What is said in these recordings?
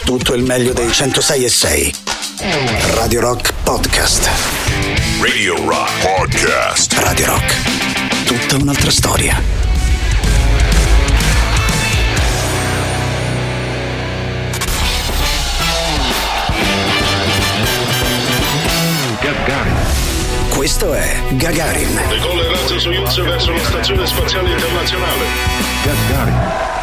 tutto il meglio dei 106.6. Radio Rock Podcast. Radio Rock Podcast. Radio Rock. Tutta un'altra storia. Gagarin. Questo è Gagarin. Decolla il razzo Soyuz verso la stazione spaziale internazionale. Gagarin.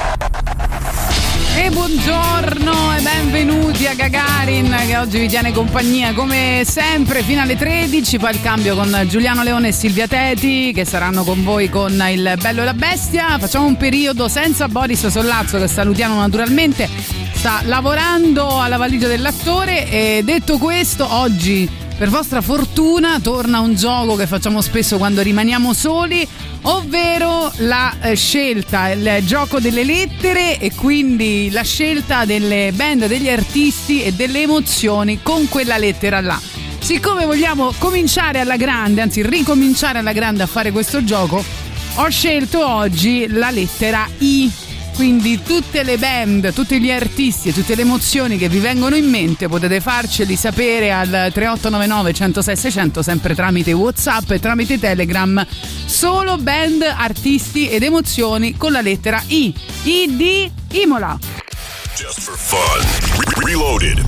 E buongiorno e benvenuti a Gagarin, che oggi vi tiene compagnia come sempre fino alle 13, poi il cambio con Giuliano Leone e Silvia Teti che saranno con voi con il Bello e la Bestia. Facciamo un periodo senza Boris Sollazzo, che salutiamo naturalmente, sta lavorando alla valigia dell'attore. E detto questo, oggi per vostra fortuna torna un gioco che facciamo spesso quando rimaniamo soli, ovvero la scelta, il gioco delle lettere, e quindi la scelta delle band, degli artisti e delle emozioni con quella lettera là. Siccome vogliamo cominciare alla grande, anzi ricominciare alla grande a fare questo gioco, ho scelto oggi la lettera I. Quindi tutte le band, tutti gli artisti e tutte le emozioni che vi vengono in mente potete farceli sapere al 3899 106 600, sempre tramite WhatsApp e tramite Telegram. Solo band, artisti ed emozioni con la lettera I. I di Imola. Just for fun. Reloaded.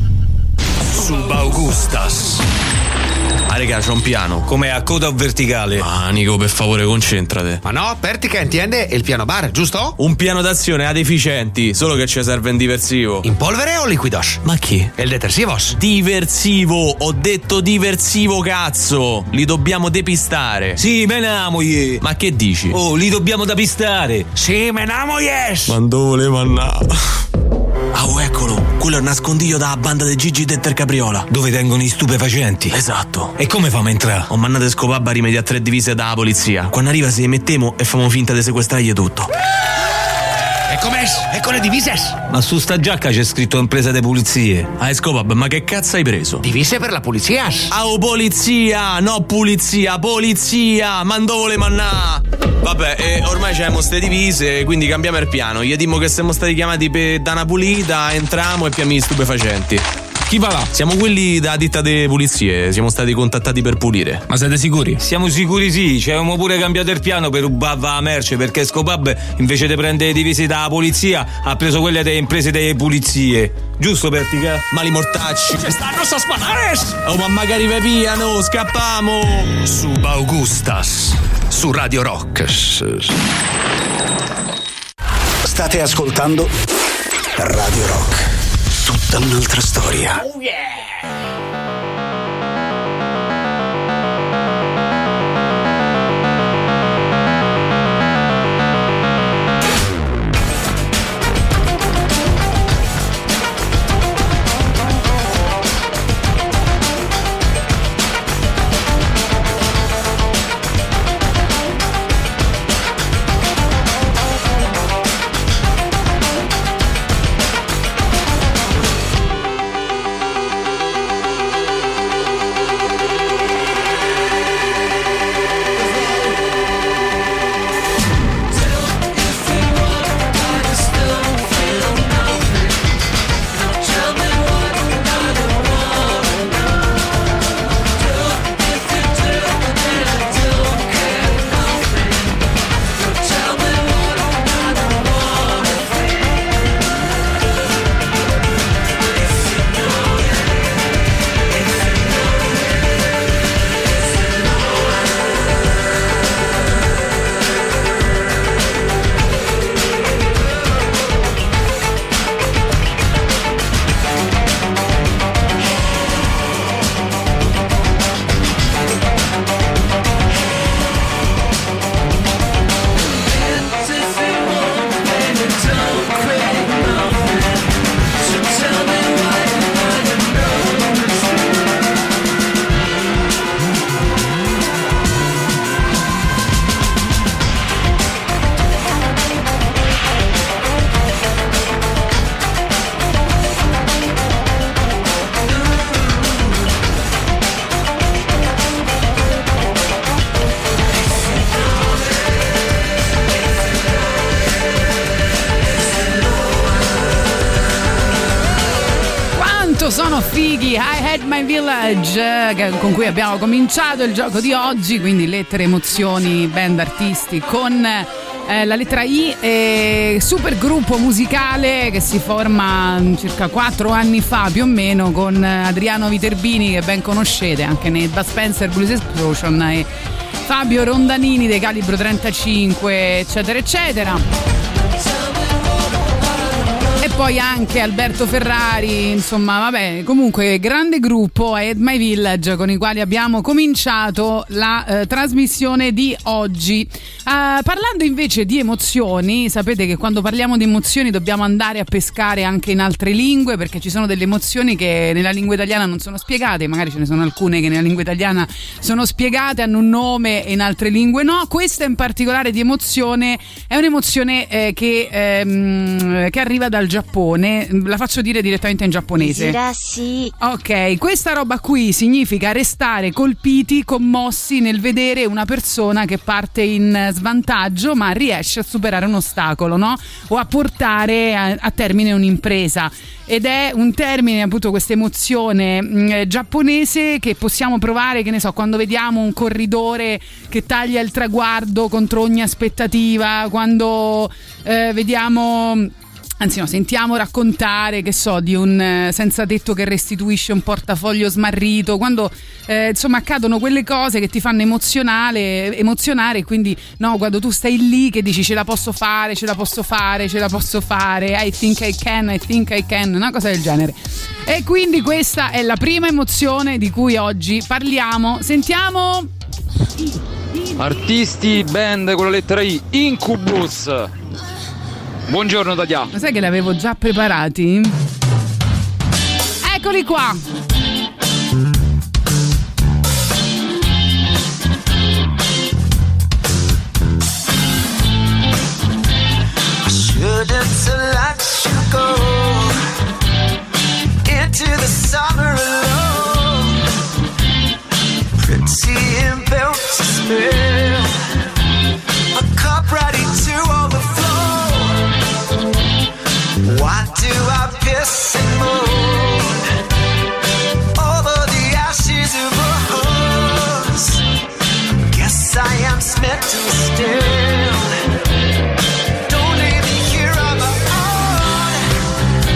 Subaugustas. Ah, raga, c'ho un piano. Come a coda o verticale? Ah, Nico, per favore, concentrate. Ma no, Pertica intende il piano bar, giusto? Un piano d'azione a deficienti, solo che ci serve un diversivo. In polvere o liquidos? Ma chi? Il detersivos? Diversivo, ho detto diversivo, cazzo. Li dobbiamo depistare. Sì, menamogli. Ma che dici? Oh, li dobbiamo depistare. Sì, menamo, yes. Ma dove mannà? Ah, eccolo, quello è un nascondiglio dalla banda di Gigi Detter Capriola. Dove tengono i stupefacenti? Esatto. E come famo a entrare? Ho mandato Scopabba a rimediare 3 divise dalla polizia. Quando arriva si mettiamo e famo finta di sequestrargli tutto. E com'è? E con le divises? Ma su sta giacca c'è scritto impresa de pulizie. Ah, Scopabba, ma che cazzo hai preso? Divise per la polizia? Ah, oh, polizia, no pulizia, polizia, mandovole mannà. Vabbè, ormai c'abbiamo ste divise, quindi cambiamo il piano. Gli dimmo che siamo stati chiamati per da una pulita, entriamo e piamo gli stupefacenti. Chi va là? Siamo quelli della ditta delle pulizie, siamo stati contattati per pulire. Ma siete sicuri? Siamo sicuri, sì, ci avevamo pure cambiato il piano per rubare la merce, perché Scopab invece di prendere le divise dalla polizia ha preso quelle delle imprese delle pulizie. Giusto, Pertica? Mali mortacci. Ci stanno a sparare! Oh, ma magari ve piano, scappiamo! Subaugustas su Radio Rock. State ascoltando Radio Rock. Tutta un'altra storia. Oh yeah! Quanto sono fighi I Had My Village, con cui abbiamo cominciato il gioco di oggi, quindi lettere, emozioni, band, artisti con la lettera I, super gruppo musicale che si forma circa 4 anni fa più o meno, con Adriano Viterbini, che ben conoscete anche nei Bud Spencer Blues Explosion, e Fabio Rondanini dei Calibro 35, eccetera eccetera. E poi anche Alberto Ferrari, insomma, vabbè, comunque grande gruppo I Had My Village, con i quali abbiamo cominciato la trasmissione di oggi. Parlando invece di emozioni, sapete che quando parliamo di emozioni dobbiamo andare a pescare anche in altre lingue, perché ci sono delle emozioni che nella lingua italiana non sono spiegate, magari ce ne sono alcune che nella lingua italiana sono spiegate, hanno un nome e in altre lingue no. Questa in particolare di emozione è un'emozione che arriva dal Giappone, la faccio dire direttamente in giapponese. Sì. Ok, questa roba qui significa restare colpiti, commossi nel vedere una persona che parte in svantaggio ma riesce a superare un ostacolo, no? O a portare a termine un'impresa. Ed è un termine, appunto, questa emozione giapponese che possiamo provare, che ne so, quando vediamo un corridore che taglia il traguardo contro ogni aspettativa, quando sentiamo raccontare, che so, di un senza tetto che restituisce un portafoglio smarrito, quando insomma accadono quelle cose che ti fanno emozionare, quindi no, quando tu stai lì che dici ce la posso fare, I think I can, una cosa del genere. E quindi questa è la prima emozione di cui oggi parliamo. Sentiamo artisti, band con la lettera I, Incubus. Buongiorno Tadia. Ma sai che li avevo già preparati? Eccoli qua. I shouldn't let you go into the summer alone. Pretty and built to spill, a cup ready to overflow. Why do I piss and moan over the ashes of a rose? Guess I am smitten still. Don't leave me here on my own.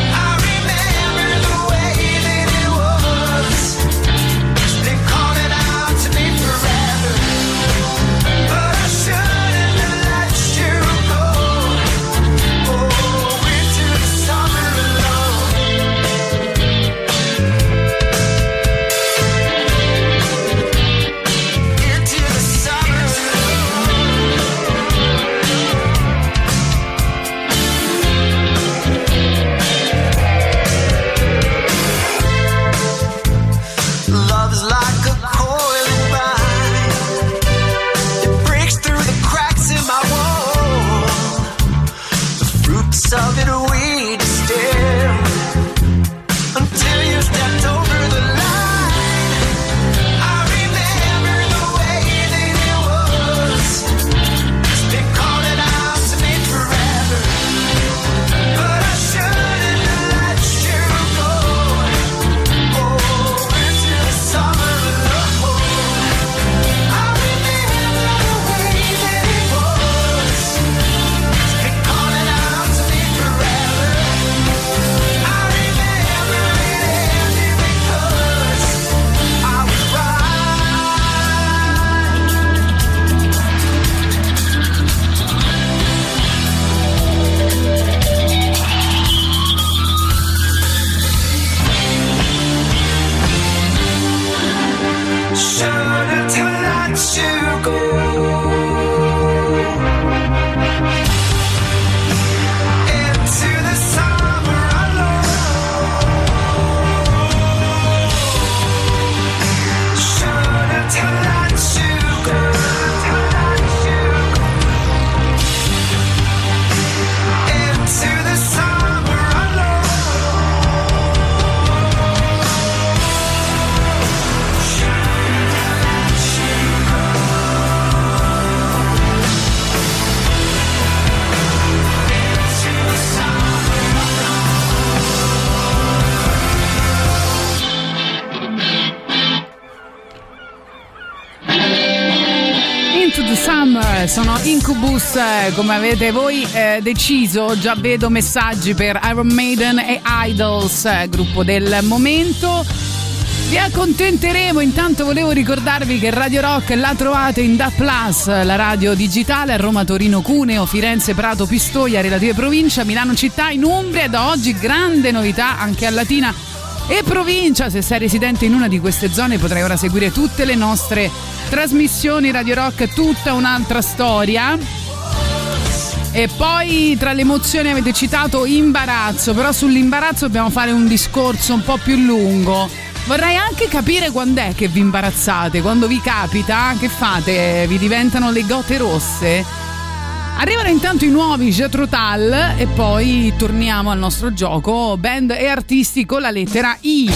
Cold Summer, sono Incubus, come avete voi deciso. Già vedo messaggi per Iron Maiden e Idols, gruppo del momento. Vi accontenteremo. Intanto volevo ricordarvi che Radio Rock la trovate in DAB+, la radio digitale a Roma, Torino, Cuneo, Firenze, Prato, Pistoia, relative provincia, Milano città, in Umbria, e da oggi grande novità anche a Latina e provincia. Se sei residente in una di queste zone potrai ora seguire tutte le nostre trasmissioni. Radio Rock è tutta un'altra storia. E poi tra le emozioni avete citato imbarazzo, però sull'imbarazzo dobbiamo fare un discorso un po' più lungo. Vorrei anche capire quando è che vi imbarazzate, quando vi capita, che fate? Vi diventano le gote rosse? Arrivano intanto i nuovi Jethro Tull e poi torniamo al nostro gioco band e artisti con la lettera I.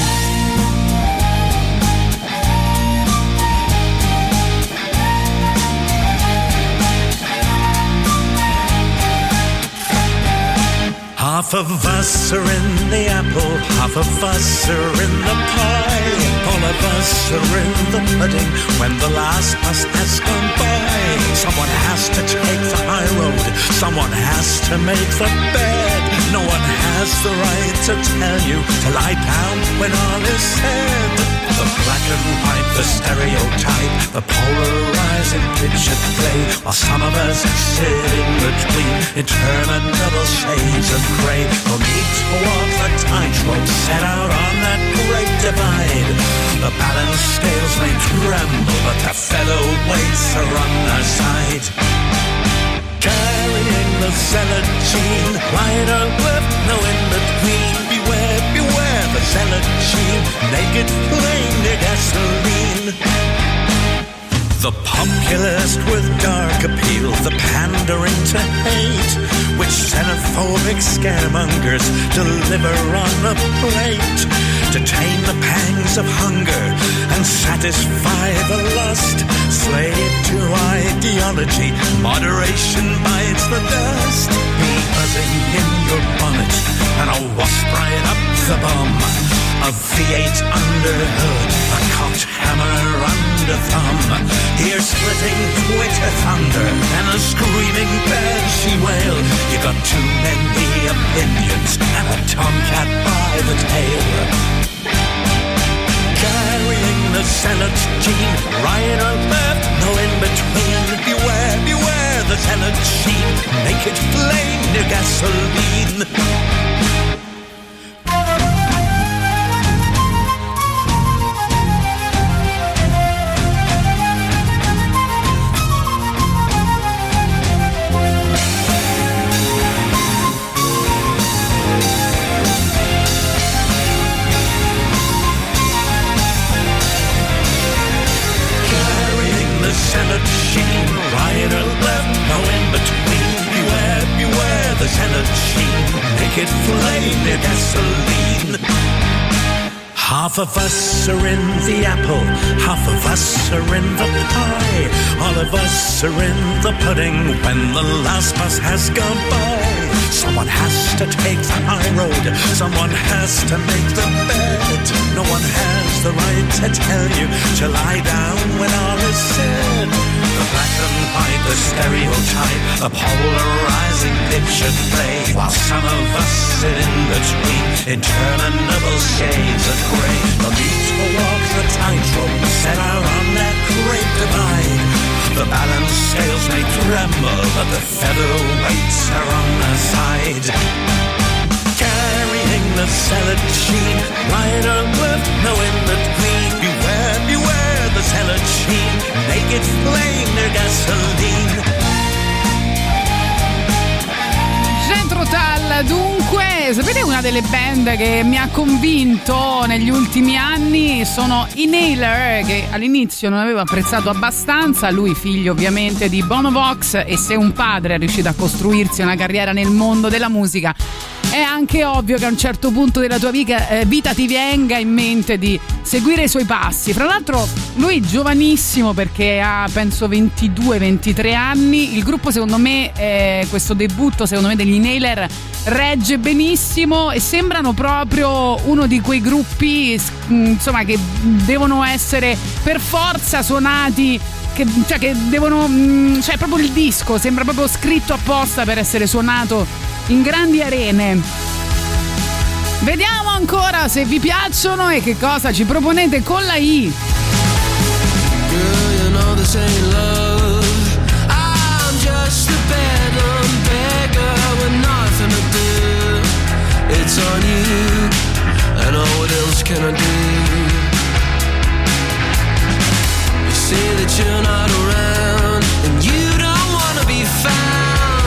Half of us are in the apple, half of us are in the pie. All of us are in the pudding when the last bus has gone by. Someone has to take the high road, someone has to make the bed. No one has the right to tell you to lie down when all is said. The black and white, the stereotype, the polarizing picture play, while some of us sit in between interminable shades of grey. No need to walk the tightrope set out on that great divide. The balance scales may tremble, but the featherweights are on their side. Carrying the zealot gene, right or left, no in between. Beware, beware the zealot gene, naked flame near gasoline. The populist with dark appeal, the pandering to hate, which xenophobic scaremongers deliver on a plate, to tame the pangs of hunger and satisfy the lust. Slave to ideology, moderation bites the dust. Be buzzing in your bonnet and a wasp right up the bum. A V8 under hood, a cocked hammer under thumb. Ear splitting Twitter thunder and a screaming banshee wail. You got too many opinions and a tomcat by the tail. Carrying the zealot's gene, right or left, no in between. Beware, beware the zealot's sheen, naked flame near gasoline. Zealot sheen, right or left, no in between. Beware, beware the zealot sheen, naked flame near gasoline. Half of us are in the apple, half of us are in the pie. All of us are in the pudding when the last bus has gone by. Someone has to take the high road, someone has to make the bed. No one has the right to tell you to lie down when all is said. The black and white, the stereotype, the polarizing picture play, while some of us sit in between interminable shades of grey. No need to walk the tightrope set out on that great divide. The balance scales may tremble, but the featherweights are on their side. Carrying the zealot sheen, right or left, no in between. Beware, beware the zealot sheen, naked flame near gasoline. Jethro Tull, dunque, sapete una delle band che mi ha convinto negli ultimi anni sono i Nailer, che all'inizio non avevo apprezzato abbastanza. Lui figlio ovviamente di Bono Vox, e se un padre è riuscito a costruirsi una carriera nel mondo della musica è anche ovvio che a un certo punto della tua vita ti venga in mente di seguire i suoi passi. Fra l'altro lui giovanissimo, perché ha penso 22-23 anni. Il gruppo secondo me, questo debutto secondo me degli Inhaler regge benissimo e sembrano proprio uno di quei gruppi insomma che devono essere per forza suonati, che devono, cioè proprio il disco sembra proprio scritto apposta per essere suonato in grandi arene. Vediamo ancora se vi piacciono e che cosa ci proponete con la I. Girl, you know this ain't love. I'm just a bedlam beggar with nothing to do. It's on you, I know what else can I do? You say that you're not around and you don't wanna be found.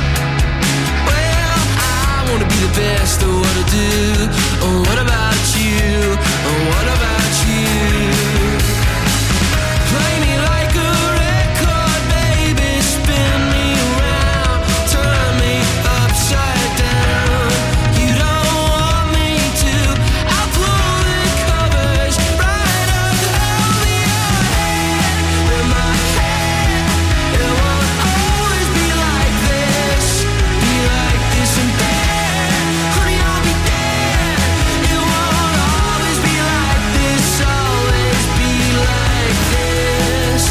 Well, I wanna be the best of what I do. Oh, what about you? Oh, what about you? Play me like a record, baby, spin me around, turn me upside down. You don't want me to, I'll pull the covers right up over your head. In my head, it won't always be like this and then, honey, I'll be dead. It won't always be like this, always be like this.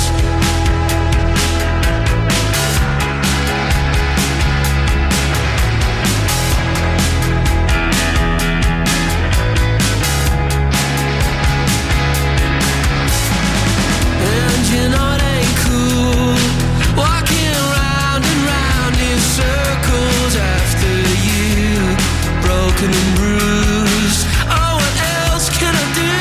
And you know it ain't cool, walking round and round in circles after you, broken and bruised. Oh, what else can I do?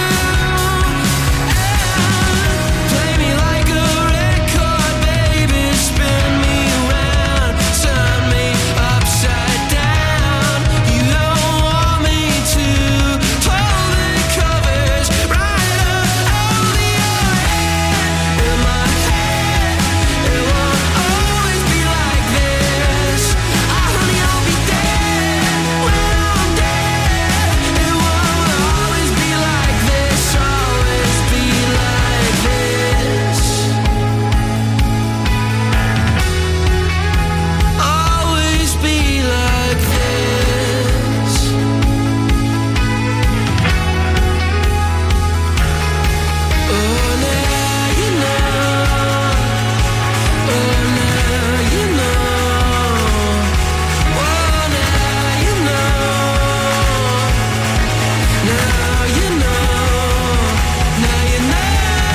Play me like a record, baby, spin me around, turn me upside down. You don't want me to pull the covers right up over your head. In my head, it won't always be like this. Honey, I'll be dead when I'm dead. It won't always be like this, always be like this. Always be like this. Oh, now you know. Oh, now you know. Oh, now you know. Now you know. Now you know.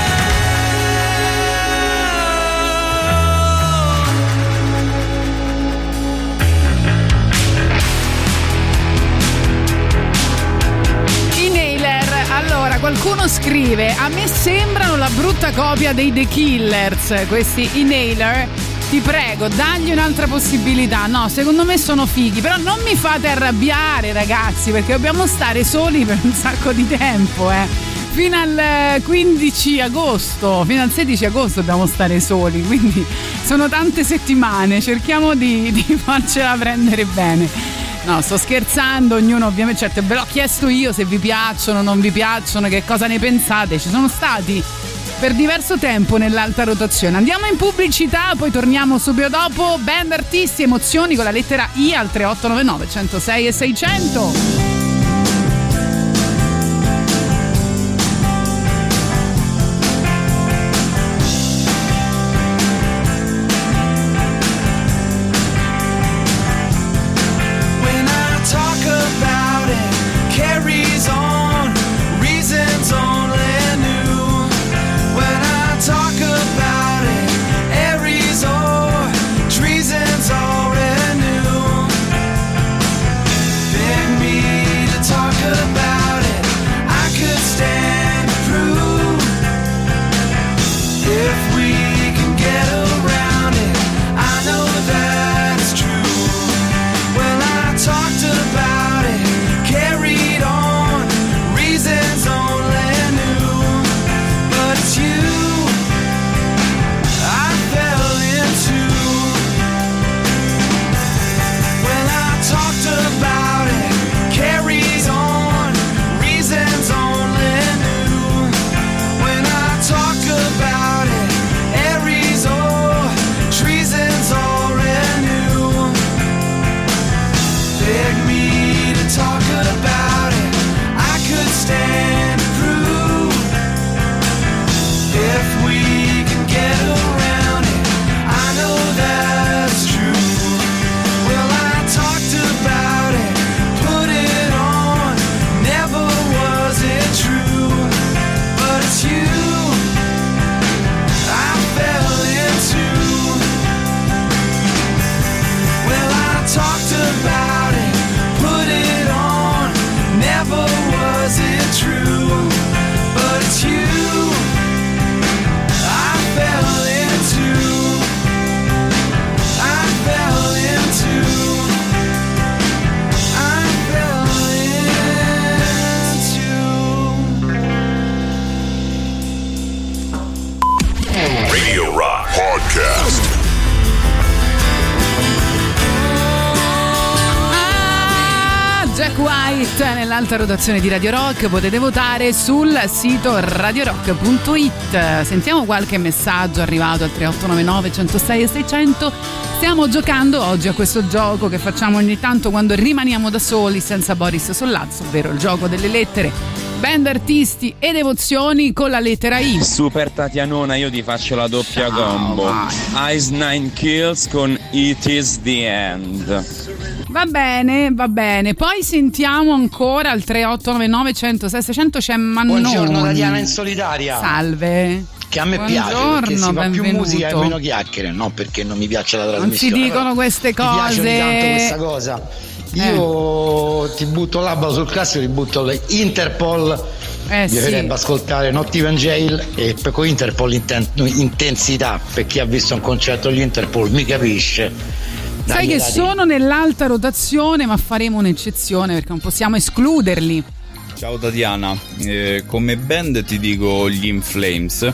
Inhaler. Allora, qualcuno scrive: a me sembrano la brutta copia dei The Killers, questi Inhaler. Ti prego, dagli un'altra possibilità. No, secondo me sono fighi, però non mi fate arrabbiare, ragazzi, perché dobbiamo stare soli per un sacco di tempo, fino al 15 agosto, fino al 16 agosto dobbiamo stare soli, quindi sono tante settimane, cerchiamo di farcela prendere bene. No, sto scherzando, ognuno ovviamente, certo, ve l'ho chiesto io se vi piacciono, non vi piacciono, che cosa ne pensate. Ci sono stati per diverso tempo nell'alta rotazione. Andiamo in pubblicità, poi torniamo subito dopo. Band, artisti, emozioni con la lettera I al 3899 106 e 600. When I talk about it, carries on, reasons only new. When I talk about it, Aries or treason's already new. Beg me Bible, was it true? But it's you I fell into. I fell into. I fell into. Radio Rock Podcast. Jack White nell'alta rotazione di Radio Rock, potete votare sul sito radiorock.it. Sentiamo qualche messaggio arrivato al 3899 106 e 600. Stiamo giocando oggi a questo gioco che facciamo ogni tanto quando rimaniamo da soli senza Boris Sollazzo, ovvero il gioco delle lettere, band, artisti ed emozioni con la lettera I. Super Tatianona, io ti faccio la doppia combo. Ice Nine Kills con It Is The End. Va bene, va bene. Poi sentiamo ancora al 3899 106 600 c'è Mannone. Buongiorno Tatiana in solitaria. Salve. Che a me piace perché si fa più musica e meno chiacchiere, non perché non mi piace la trasmissione. Non si dicono queste cose. Mi piace ogni tanto questa cosa. Io ti butto l'abito sul classico, ti butto le Interpol. Bisognerebbe ascoltare Not Even Jail e con Interpol intensità, per chi ha visto un concerto agli Interpol mi capisce. Sai che sono nell'alta rotazione, ma faremo un'eccezione perché non possiamo escluderli. Ciao Tatiana, come band ti dico gli In Flames.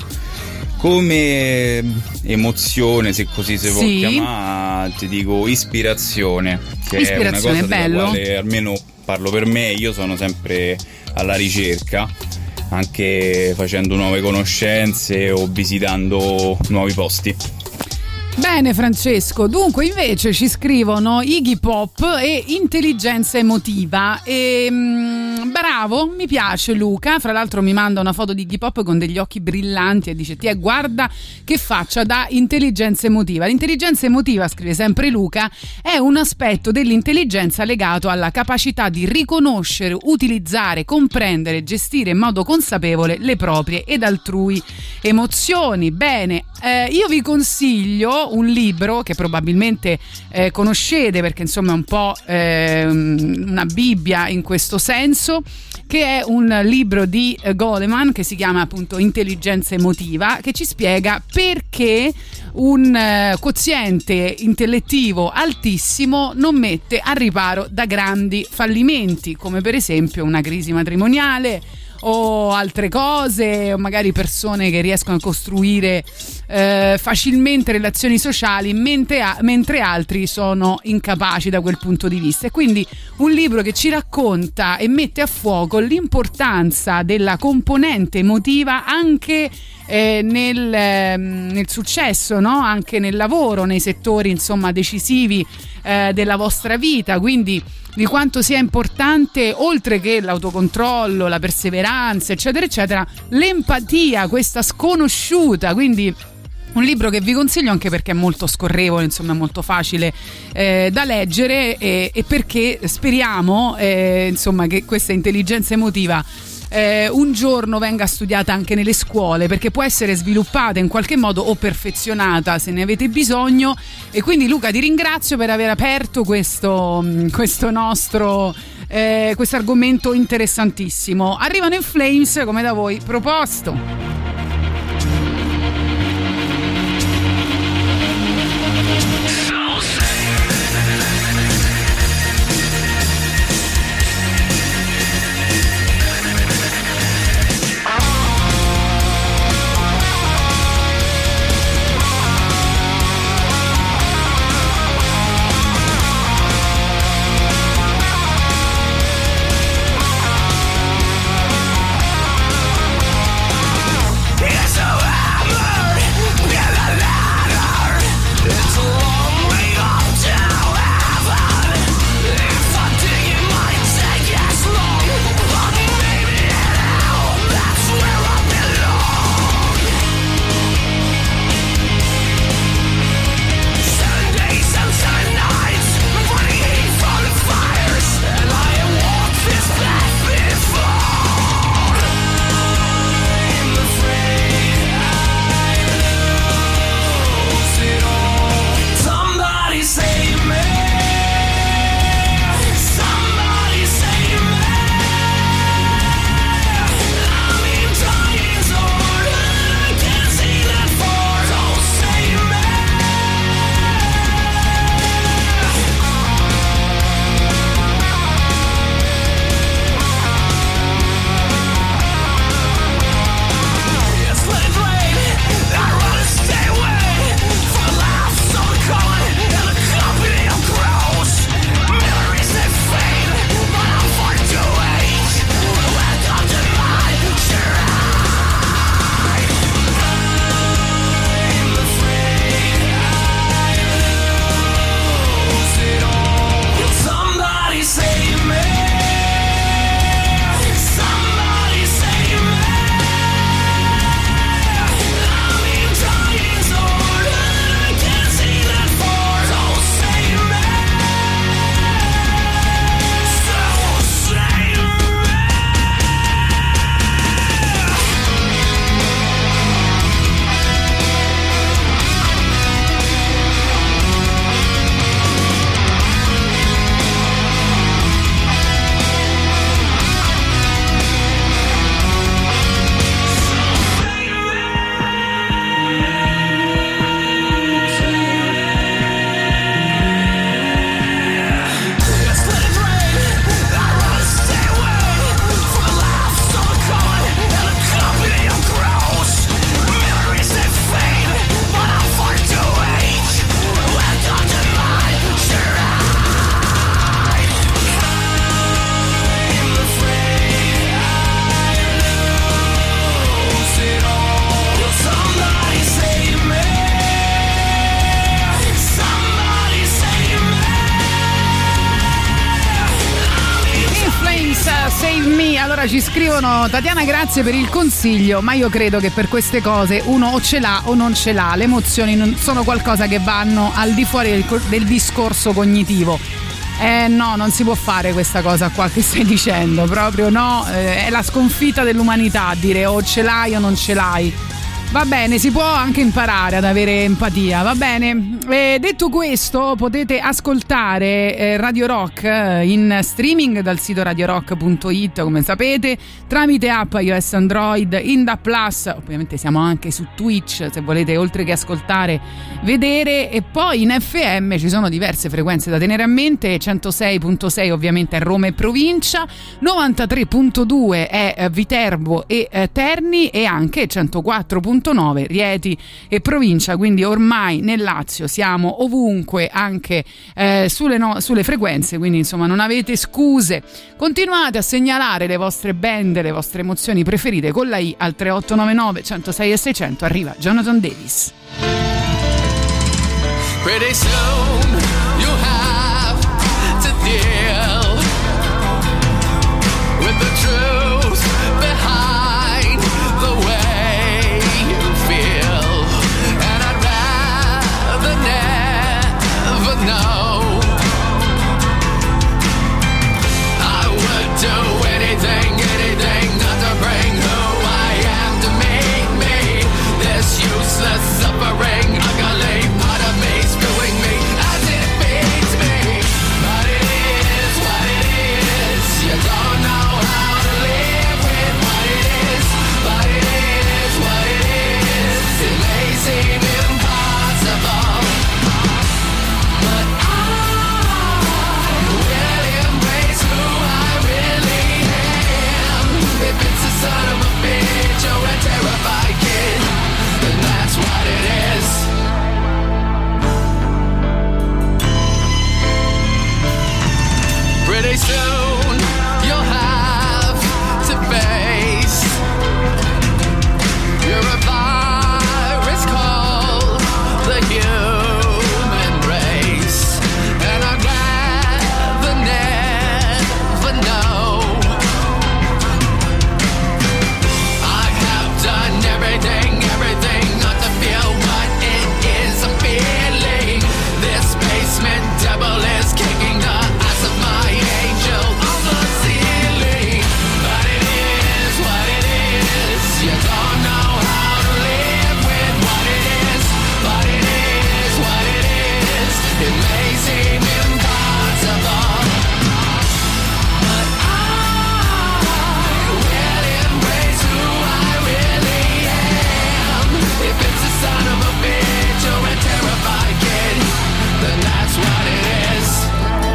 Come emozione, se così si può chiamare, ti dico ispirazione, che è una cosa bello. Della quale, almeno parlo per me, io sono sempre alla ricerca, anche facendo nuove conoscenze o visitando nuovi posti. Bene Francesco, dunque invece ci scrivono Iggy Pop e intelligenza emotiva e bravo, mi piace Luca, fra l'altro mi manda una foto di Iggy Pop con degli occhi brillanti e dice guarda che faccia da intelligenza emotiva. L'intelligenza emotiva, scrive sempre Luca, è un aspetto dell'intelligenza legato alla capacità di riconoscere, utilizzare, comprendere, gestire in modo consapevole le proprie ed altrui emozioni. Bene, io vi consiglio un libro che probabilmente conoscete perché insomma è un po' una Bibbia in questo senso, che è un libro di Goleman che si chiama appunto Intelligenza emotiva, che ci spiega perché un quoziente intellettivo altissimo non mette al riparo da grandi fallimenti, come per esempio una crisi matrimoniale o altre cose, o magari persone che riescono a costruire facilmente relazioni sociali mentre altri sono incapaci da quel punto di vista. E quindi un libro che ci racconta e mette a fuoco l'importanza della componente emotiva anche nel successo, no? Anche nel lavoro, nei settori insomma decisivi della vostra vita, quindi di quanto sia importante, oltre che l'autocontrollo, la perseveranza eccetera eccetera, l'empatia, questa sconosciuta. Quindi un libro che vi consiglio anche perché è molto scorrevole, insomma è molto facile da leggere e perché speriamo insomma che questa intelligenza emotiva un giorno venga studiata anche nelle scuole, perché può essere sviluppata in qualche modo o perfezionata se ne avete bisogno. E quindi Luca ti ringrazio per aver aperto questo nostro questo argomento interessantissimo. Arrivano In Flames come da voi proposto. Save Me. Allora ci scrivono: Tatiana, grazie per il consiglio, ma io credo che per queste cose uno o ce l'ha o non ce l'ha. Le emozioni non sono qualcosa che vanno al di fuori del discorso cognitivo. No, non si può fare questa cosa qua che stai dicendo, proprio no, è la sconfitta dell'umanità dire o ce l'hai o non ce l'hai. Va bene, si può anche imparare ad avere empatia, va bene. Detto questo, potete ascoltare Radio Rock in streaming dal sito radiorock.it, come sapete, tramite app iOS Android, in DAB+, ovviamente siamo anche su Twitch, se volete oltre che ascoltare, vedere, e poi in FM ci sono diverse frequenze da tenere a mente, 106.6 ovviamente a Roma e provincia, 93.2 è Viterbo e Terni, e anche 104.9 Rieti e provincia, quindi ormai nel Lazio siamo ovunque, anche sulle frequenze, quindi insomma non avete scuse. Continuate a segnalare le vostre band, le vostre emozioni preferite con la I al 3899 106 e 600. Arriva Jonathan Davis. Pretty soon you'll have to deal with the truth behind the way you feel, and I'd rather never know. I would do anything not to bring who I am to make me this useless suffering ugly part of me, screwing me as it beats me. But it is what it is. You don't know how to live with what it is. But it is what it is. It may seem impossible, but I will embrace who I really am. If it's a son of a bitch or a terrified kid, then that's what it is. Pretty soon you'll have to face you're a virus called the human race, and I'd rather never know. I have done everything not to feel what it is I'm feeling. This basement devil is kicking the ass of my angel on the ceiling. But it is what it is. You don't know how to live with what it is. But it is what it is. It may seem impossible, but I will embrace who I really am. If it's a son of a bitch or a terrified kid, then that's what it is.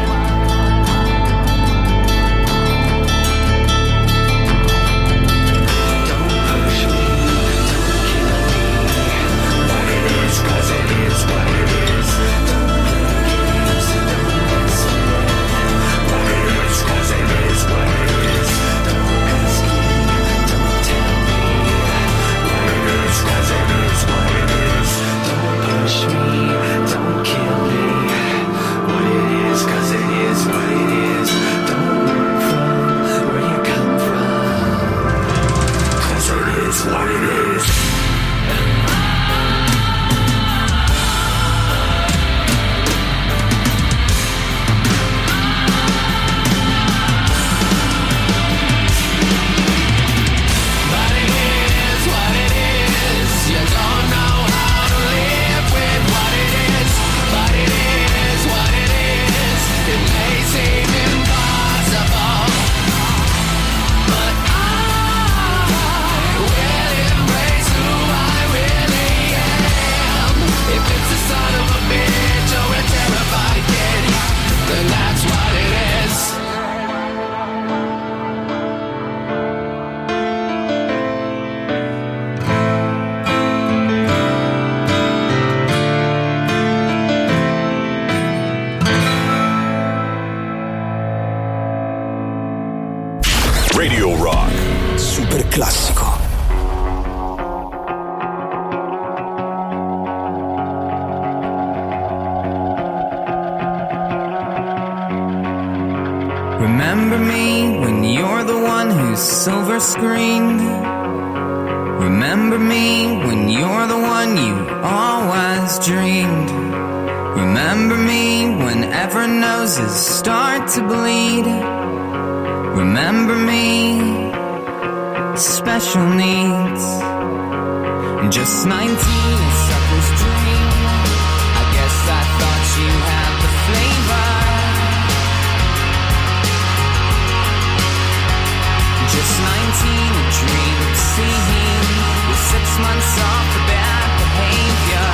Don't push me, don't kill me. What it is, 'cause it is what it is. Don't use it, don't mess with it. What it is, 'cause it is what it is. Don't ask me, don't tell me. What it is, 'cause it is what it is. Don't push me, don't kill me. What it is, 'cause it is what it is. Don't run from where you come from, 'cause it is what it is. But it is what it is. You don't know how to live with what it is. But it is what it is. It may seem impossible, but I will embrace who I really am. If it's a son of a bitch or a terrified kid, then that's what it is. Radio Rock. Super classico. Remember Remember me when you're the one who's silver screened. Remember me when you're the one you always dreamed. Remember me whenever noses start to bleed. Remember me, special needs. Just 19, a sucker's dream. I guess I thought you had the flavor. Just 19, a dream of seeing with 6 months off the bad behavior.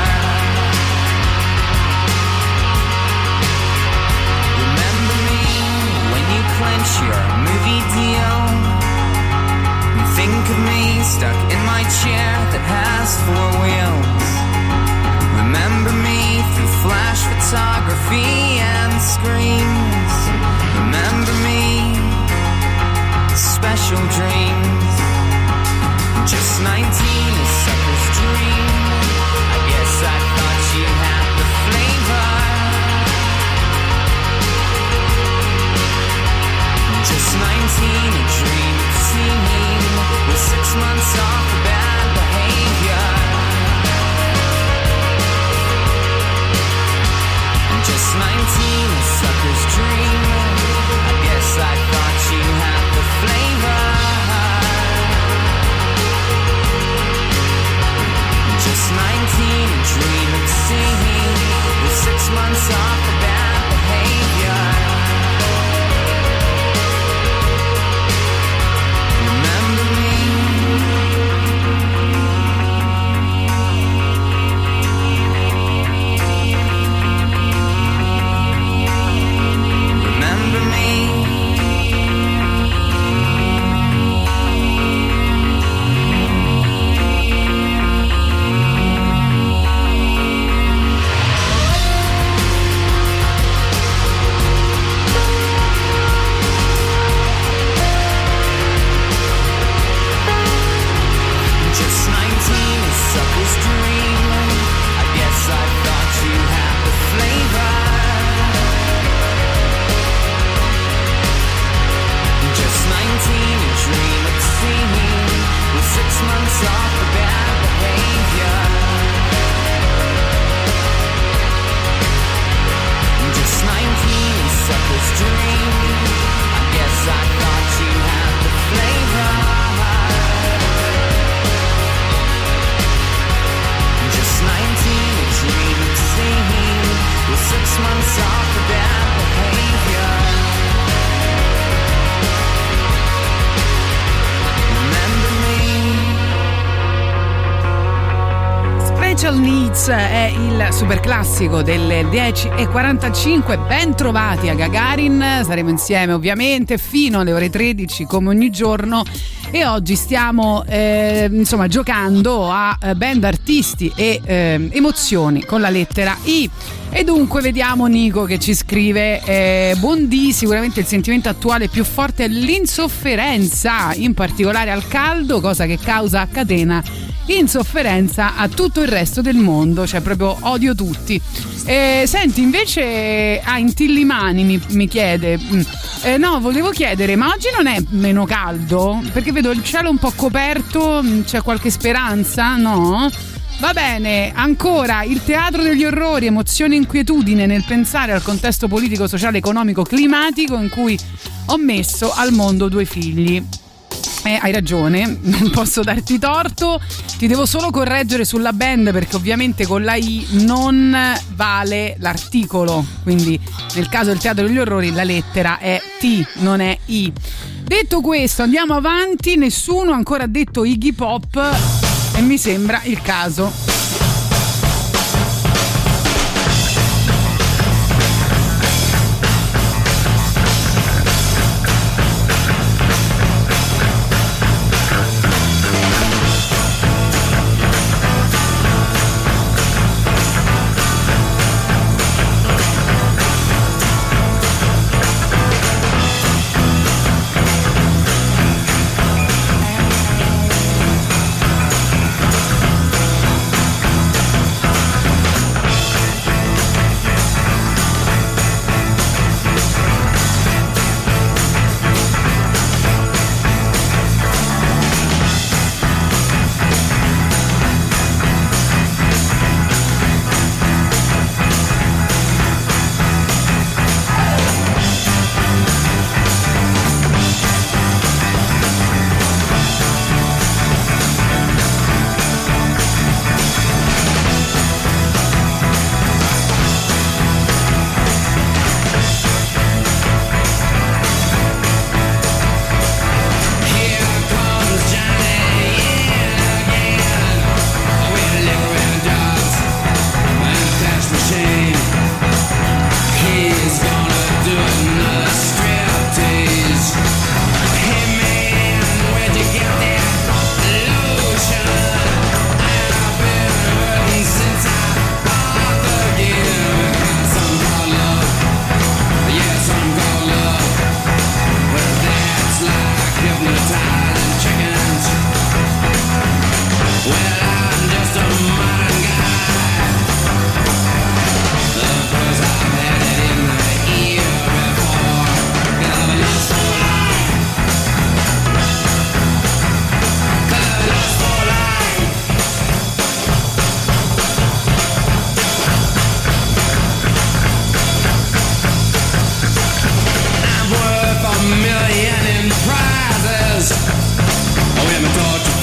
Remember me when you clench your movie deal. And think of me stuck in my chair that has 4 wheels. Remember me through flash photography and screens. Remember me, special dreams. Just 19, a sucker's dream. I guess I thought you had the flavor. Just 19, a dream of seeing with 6 months off the bad behavior. Just 19, a sucker's dream. I guess I thought you had the flavor. Just 19, a dream of seeing with 6 months off the bad behavior. Remember me. Remember me. Just 19, a sucker's dream. I guess I thought you had the flavor. Just 19, a dream of seeing with 6 months off the bad behavior. Just 19, a sucker's dream. I guess I thought you had the flavor. Just 19, a dream of seeing with 6 months off the bad behavior. Remember me. Special Needs è il super classico delle 10:45. Ben trovati a Gagarin, saremo insieme ovviamente fino alle ore 13 come ogni giorno. E oggi stiamo giocando a band, artisti e emozioni con la lettera I. E dunque vediamo Nico che ci scrive: buondì, sicuramente il sentimento attuale più forte è l'insofferenza, in particolare al caldo, cosa che causa a catena insofferenza a tutto il resto del mondo, cioè proprio odio tutti. Senti, invece Intillimani mi chiede, no, volevo chiedere, ma oggi non è meno caldo? Perché vedo il cielo un po' coperto, c'è qualche speranza, no? Va bene, ancora il teatro degli orrori, emozione e inquietudine nel pensare al contesto politico, sociale, economico, climatico in cui ho messo al mondo 2 figli. Hai ragione, non posso darti torto, ti devo solo correggere sulla band perché ovviamente con la I non vale l'articolo, quindi nel caso del teatro degli orrori la lettera è T, non è I. Detto questo, andiamo avanti, nessuno ha ancora detto Iggy Pop e mi sembra il caso.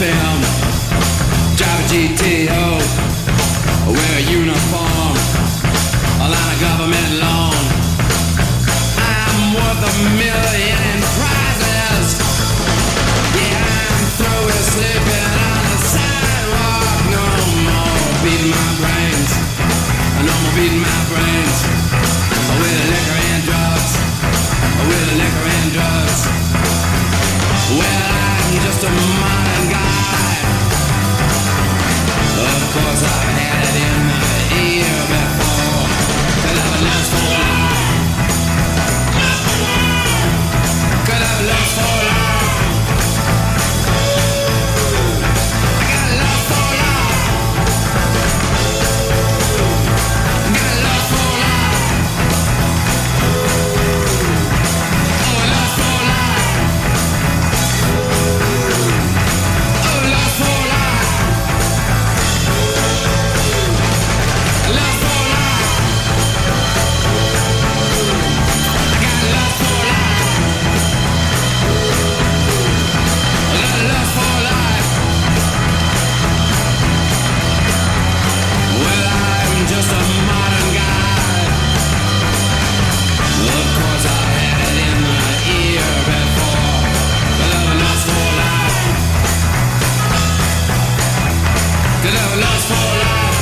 film. Drive a GTO, wear a uniform, a line of government loan. I'm worth $1 million in prizes. Yeah, I'm through with sleeping on the sidewalk. No more beating my brains. No more beating my brains. With liquor and drugs. With liquor and drugs. Well, I'm just a modern guy. Of course I've had it in the ear before. Could have a lust for life. Could have a lust for life. I got a lust for life. I got a lust for life. Oh, a lust for life. Oh, lust for life. Lust for life. I got lust for life. I got lust for life. Well, I'm just a modern guy. Of course I had it in the ear before. But I lust for life. Did I lust for life?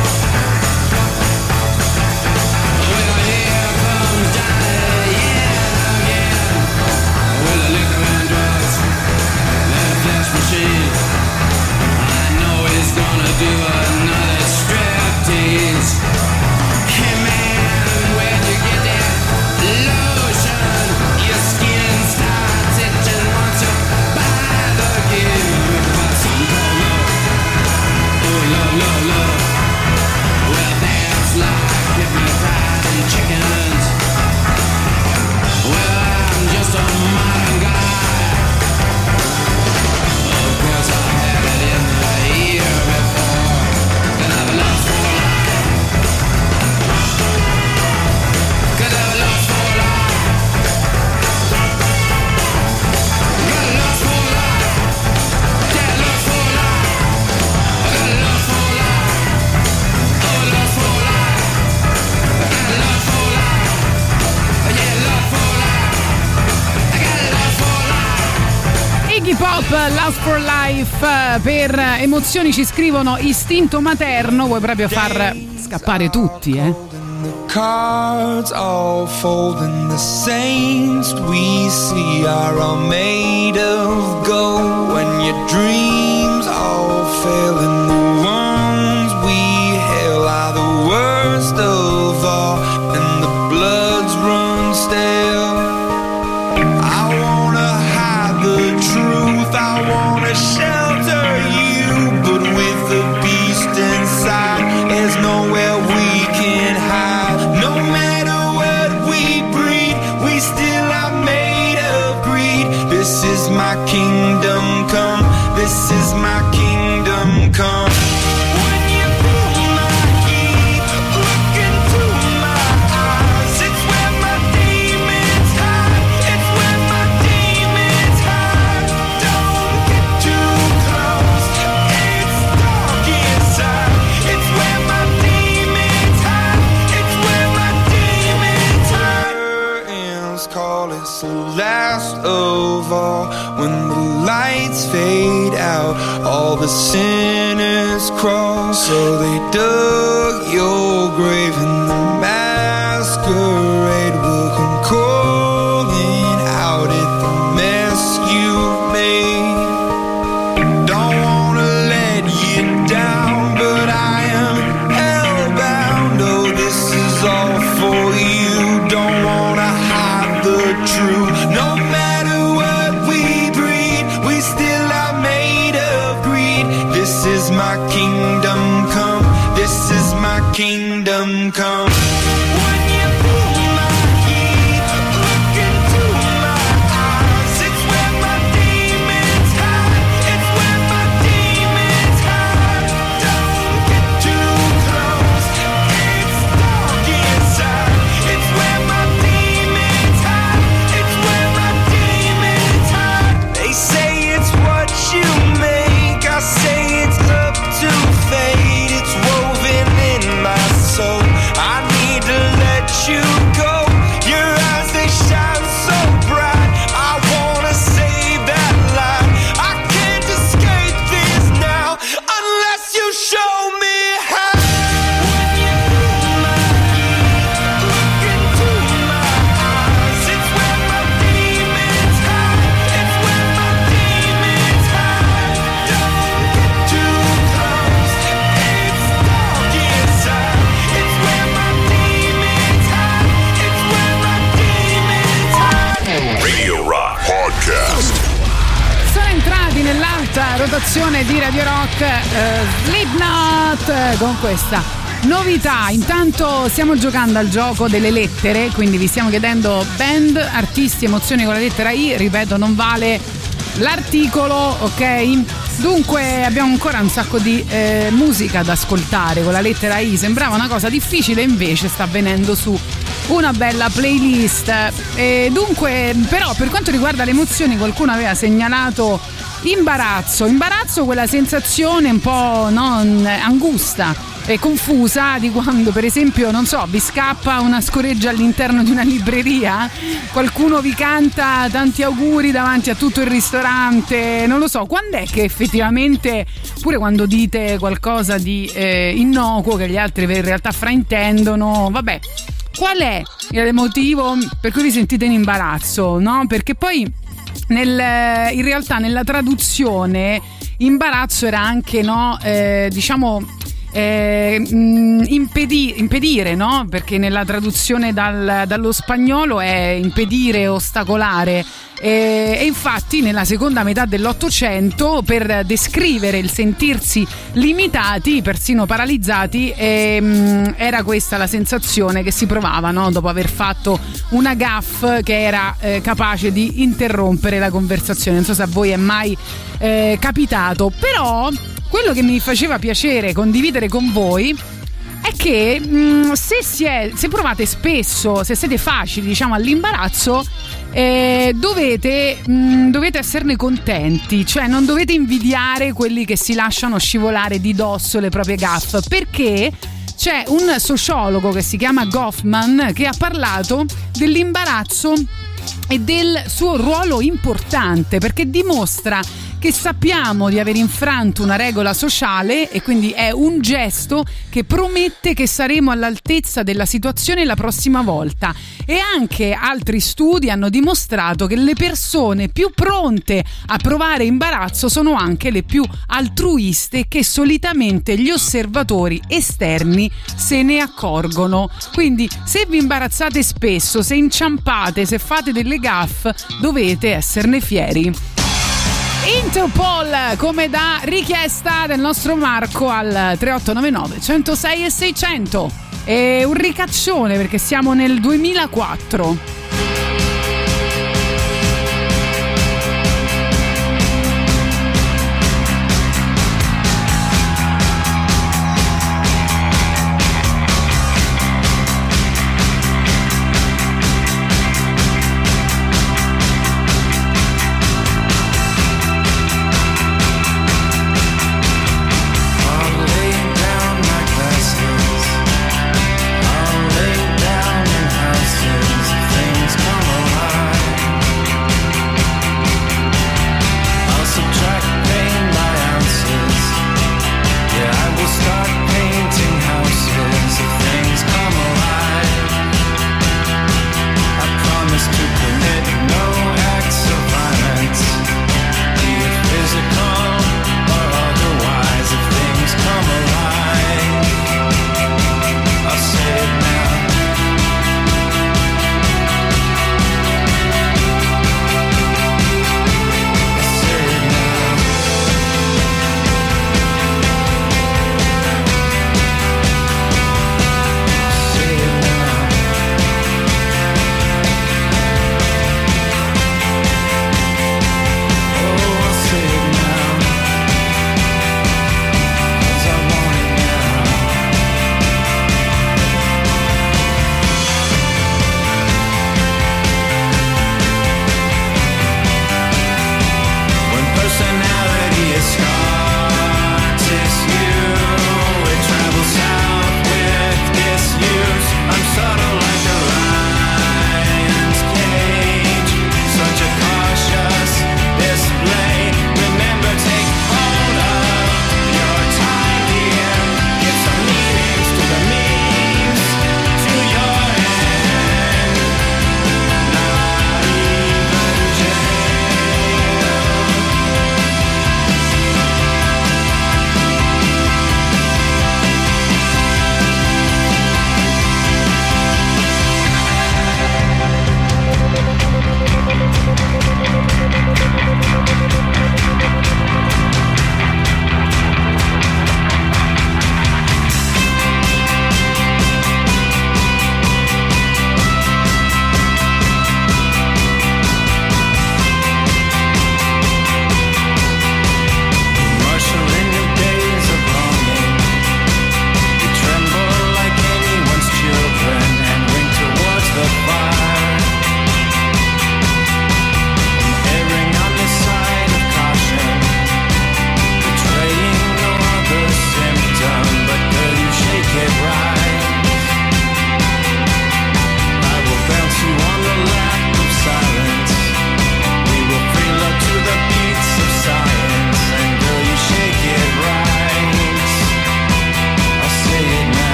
Well, here comes Johnny, yeah, again. With the liquor and drugs and a flesh machine. I know he's gonna do another striptease. Hey man, where'd you get that lotion? Your skin starts itching once you buy the gear. But some call love. Oh, love, love, love. Well, that's like hypnotizing chickens. Well, I'm just a modern guy. Of course I had it in the ear before. Could have a lust for life. Could have a lust for life. Got a lust for life. Yeah, lust for life. I got a lust for life. Oh, lust for life. I got a lust for life. Yeah, lust for life. I got a lust for life. Iggy Pop, Lust for Life. Per emozioni ci scrivono istinto materno. Vuoi proprio far scappare tutti, eh? Cards all fold and the saints we see are all made of gold. When your dreams all fail and the ones we hail are the worst of all and the bloods run stale. I wanna hide the truth, I wanna shelter you, but with the beast inside there's nowhere we can hide. No matter what we breed, we still are made of greed. This is my kingdom come, this is my kingdom come. When you feel my heat, look into my eyes. It's where my demons hide, it's where my demons hide. Don't get too close, it's dark inside. It's where my demons hide, it's where my demons hide. Curtains call it's the last of all. When the lights fade out, all the sinners crawl. So they dug your grave and the masquerade will come calling out at the mess you made. Don't wanna let you down, but I am hellbound. Oh, this is all for you. Don't wanna hide the truth. No matter what we breed, we still are made of greed. This is my kingdom come, this is my kingdom come. When you feel my heat, look into my eyes. It's where my demons hide, it's where my demons hide. Don't get too close, it's dark inside. It's where my demons hide, it's where my demons hide. They say it's what you make, rotazione di Radio Rock, Slipknot con questa novità. Intanto stiamo giocando al gioco delle lettere, quindi vi stiamo chiedendo band, artisti, emozioni con la lettera I. Ripeto, non vale l'articolo, ok? Dunque abbiamo ancora un sacco di musica da ascoltare con la lettera I. Sembrava una cosa difficile, invece sta venendo su una bella playlist. Dunque, però, per quanto riguarda le emozioni, qualcuno aveva segnalato imbarazzo, quella sensazione un po', no, angusta e confusa di quando, per esempio, non so, vi scappa una scoreggia all'interno di una libreria, qualcuno vi canta tanti auguri davanti a tutto il ristorante, non lo so, quando è che effettivamente, pure quando dite qualcosa di innocuo che gli altri in realtà fraintendono, vabbè, qual è il motivo per cui vi sentite in imbarazzo, no? Perché poi in realtà nella traduzione imbarazzo era anche, no, impedire, no? Perché nella traduzione dallo spagnolo è impedire, ostacolare. E infatti nella seconda metà dell'Ottocento, per descrivere il sentirsi limitati, persino paralizzati, era questa la sensazione che si provava, no? Dopo aver fatto una gaffe che era capace di interrompere la conversazione. Non so se a voi è mai capitato, però quello che mi faceva piacere condividere con voi è che se provate spesso, se siete facili, diciamo, all'imbarazzo, dovete esserne contenti, cioè non dovete invidiare quelli che si lasciano scivolare di dosso le proprie gaffe, perché c'è un sociologo che si chiama Goffman che ha parlato dell'imbarazzo e del suo ruolo importante, perché dimostra che sappiamo di aver infranto una regola sociale e quindi è un gesto che promette che saremo all'altezza della situazione la prossima volta. E anche altri studi hanno dimostrato che le persone più pronte a provare imbarazzo sono anche le più altruiste, che solitamente gli osservatori esterni se ne accorgono. Quindi se vi imbarazzate spesso, se inciampate, se fate delle gaffe, dovete esserne fieri. Interpol, come da richiesta del nostro Marco al 3899 106 e 600. È un ricaccione perché siamo nel 2004. Things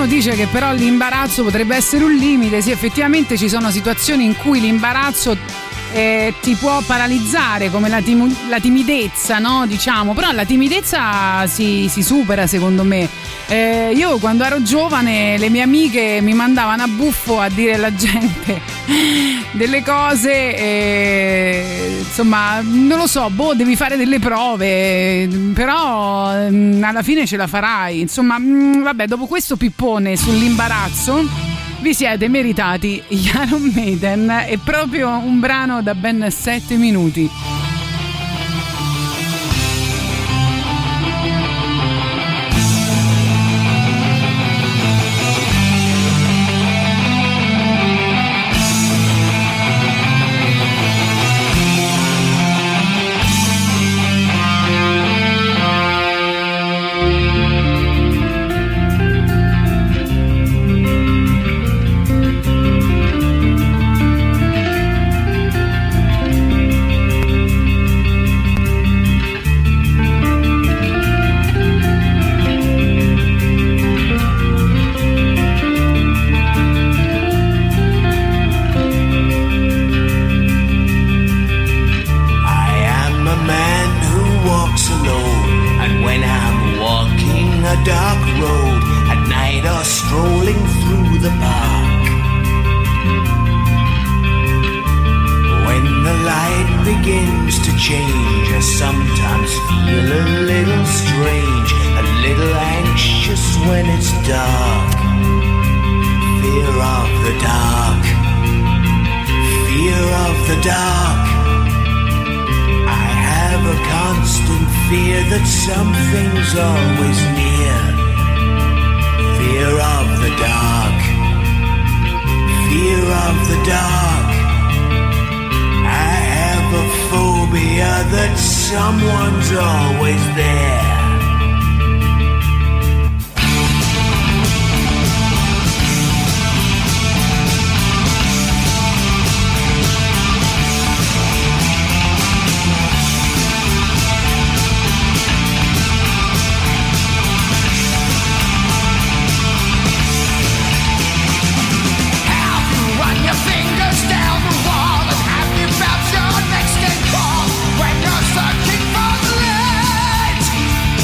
qualcuno dice che però l'imbarazzo potrebbe essere un limite. Sì, effettivamente ci sono situazioni in cui l'imbarazzo ti può paralizzare, come la timidezza, no? Diciamo, però la timidezza si supera, secondo me. Io quando ero giovane le mie amiche mi mandavano a buffo a dire alla gente delle cose, insomma, non lo so, devi fare delle prove, però alla fine ce la farai. Insomma, vabbè, dopo questo pippone sull'imbarazzo vi siete meritati Iron Maiden, è proprio un brano da ben 7 minuti. When you're searching for the light,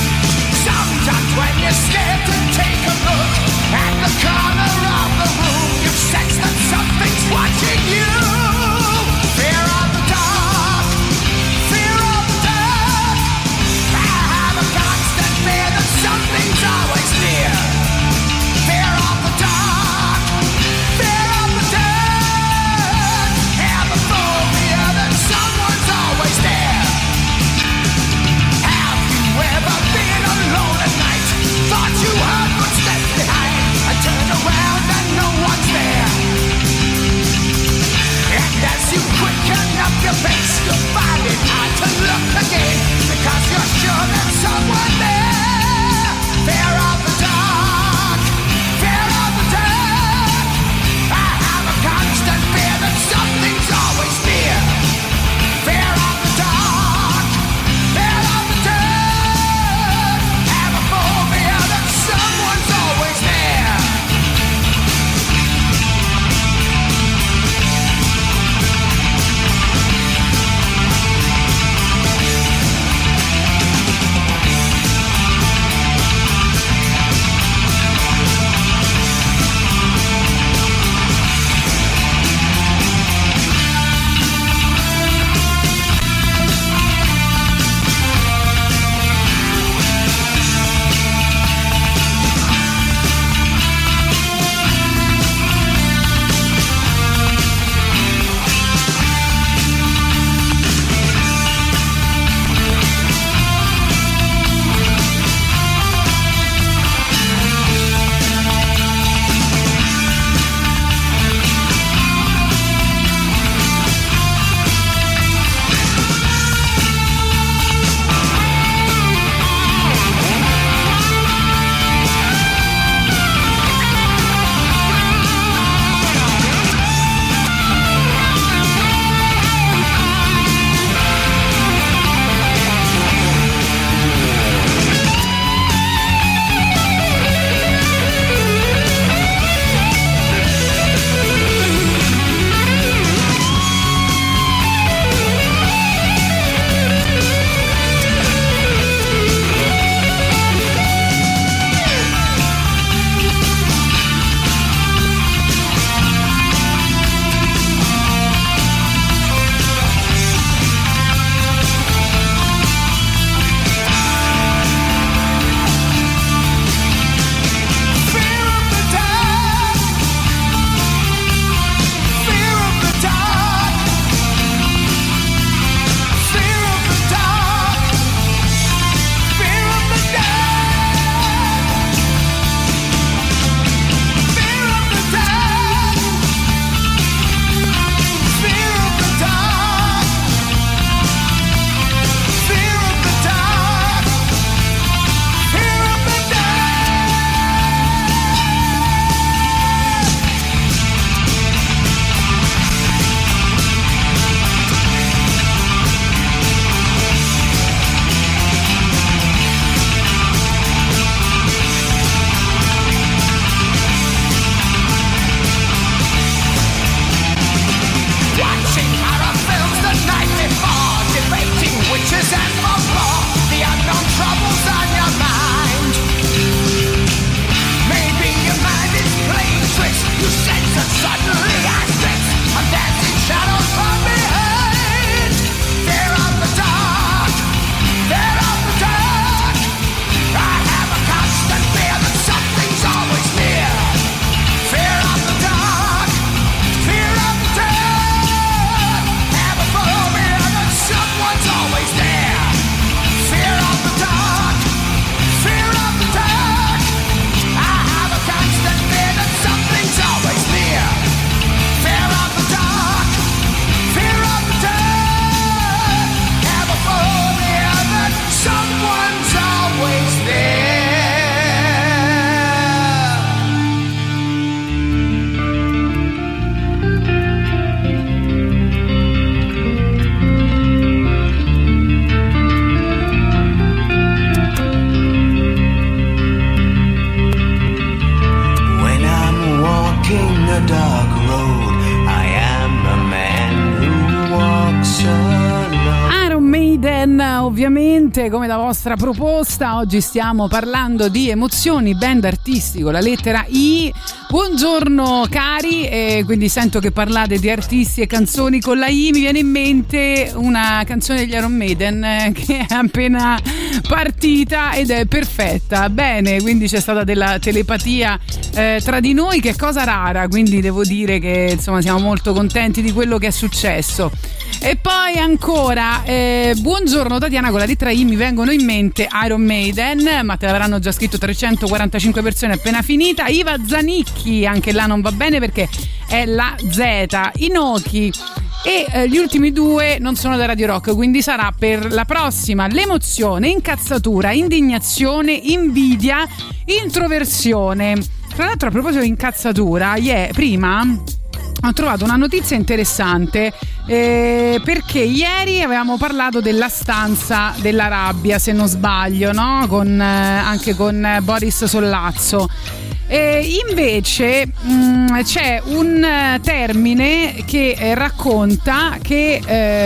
ovviamente, come la vostra proposta. Oggi stiamo parlando di emozioni, band artistico, la lettera I. Buongiorno cari, quindi sento che parlate di artisti e canzoni con la I. Mi viene in mente una canzone degli Iron Maiden che è appena partita ed è perfetta. Bene, quindi c'è stata della telepatia tra di noi, che è cosa rara, quindi devo dire che insomma siamo molto contenti di quello che è successo. E poi ancora buongiorno Tatiana, con la lettera I mi vengono in mente Iron Maiden, ma te l'avranno già scritto 345 persone appena finita. Iva Zanicchi, anche là non va bene perché è la Z. Inoki. E gli ultimi due non sono da Radio Rock, quindi sarà per la prossima. L'emozione, incazzatura, indignazione, invidia, introversione. Tra l'altro, a proposito di incazzatura, prima ho trovato una notizia interessante, perché ieri avevamo parlato della stanza della rabbia, se non sbaglio, no? Anche con Boris Sollazzo. Invece c'è un termine che racconta che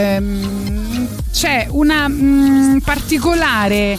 c'è una particolare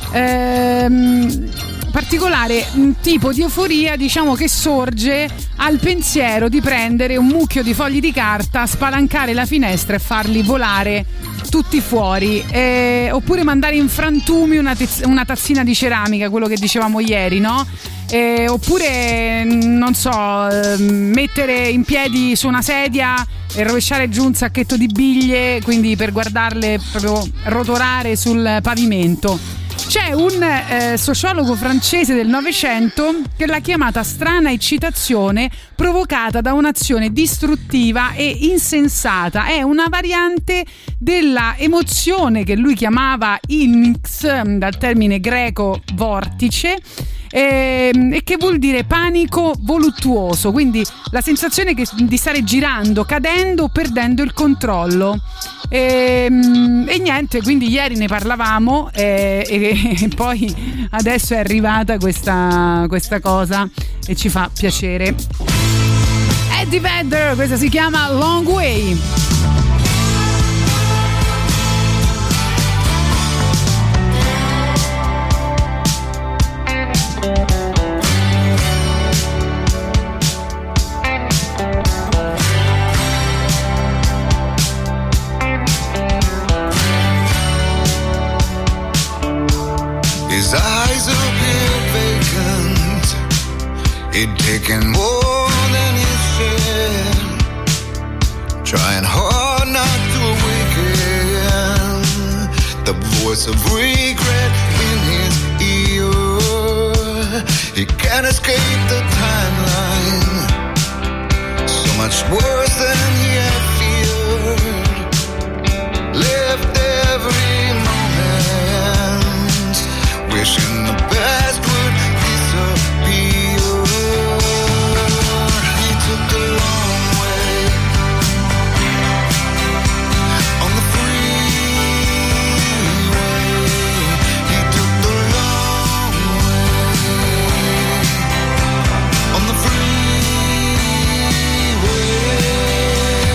tipo di euforia, diciamo, che sorge al pensiero di prendere un mucchio di fogli di carta, spalancare la finestra e farli volare tutti fuori, oppure mandare in frantumi una tazzina di ceramica, quello che dicevamo ieri, no? Oppure non so, mettere in piedi su una sedia e rovesciare giù un sacchetto di biglie, quindi per guardarle proprio rotolare sul pavimento. C'è un sociologo francese del Novecento che l'ha chiamata strana eccitazione provocata da un'azione distruttiva e insensata. È una variante della emozione che lui chiamava inx, dal termine greco vortice, e che vuol dire panico voluttuoso, quindi la sensazione di stare girando, cadendo o perdendo il controllo. E niente, quindi ieri ne parlavamo e poi adesso è arrivata questa cosa e ci fa piacere. Eddie Vedder, questa si chiama Long Way. His eyes appear vacant. He'd taken more than his share, trying hard not to awaken the voice of regret in his ear. He can't escape the timeline, so much worse than he had feared. Left every moment wishing the best would disappear. He took the long way on the freeway. He took the long way on the freeway.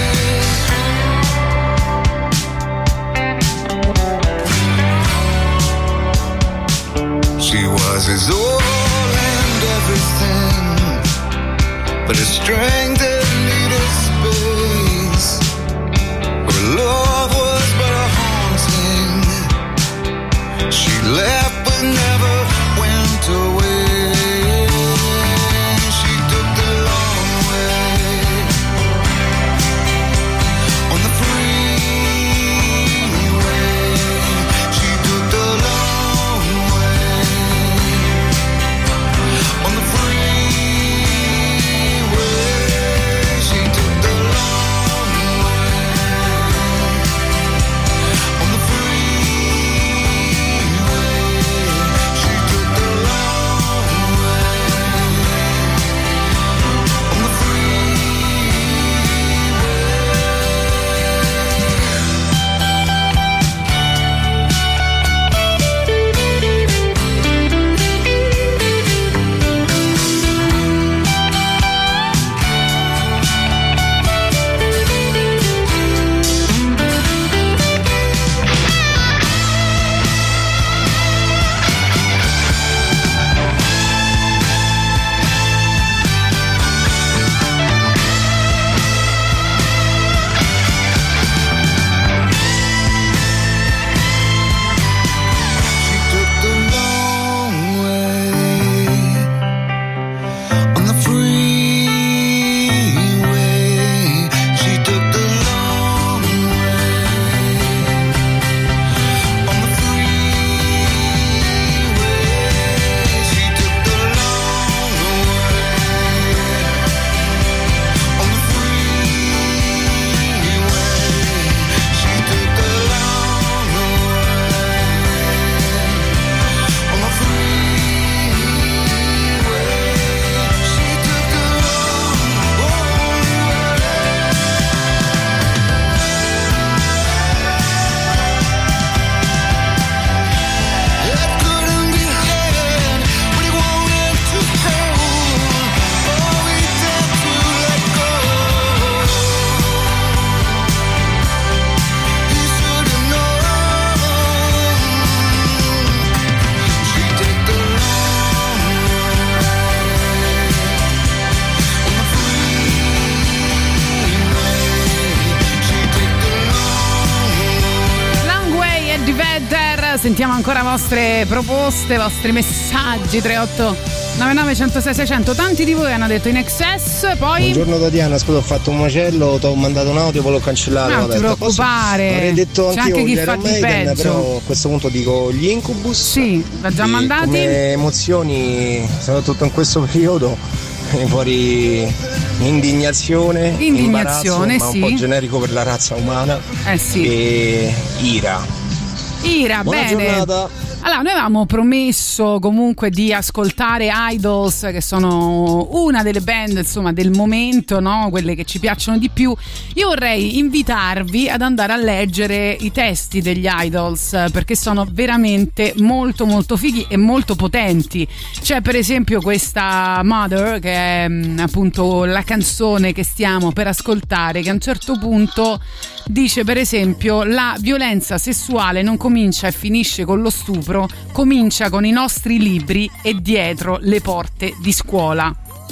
sentiamo ancora vostre proposte, vostri messaggi. 38 99 106 600. Tanti di voi hanno detto In Excess. Poi buongiorno Tatiana, scusa, ho fatto un macello, ti ho mandato un audio, poi l'ho cancellato. Non ti preoccupare, avrei detto c'è anche chi gli fa Iron di Maiden, peggio. però a questo punto dico gli Incubus. Sì, l'ha già mandati. Come emozioni, soprattutto in questo periodo, fuori indignazione, imbarazzo, ma sì, un po' generico per la razza umana. Sì. E ira. Buona bene. Giornata. Allora, noi avevamo promesso comunque di ascoltare Idols, che sono una delle band, insomma, del momento, no? Quelle che ci piacciono di più. Io vorrei invitarvi ad andare a leggere i testi degli Idols, perché sono veramente molto molto fighi e molto potenti. C'è per esempio questa Mother, che è appunto la canzone che stiamo per ascoltare, che a un certo punto dice per esempio: la violenza sessuale non comincia e finisce con lo stupro, comincia con i nostri libri e dietro le porte di scuola.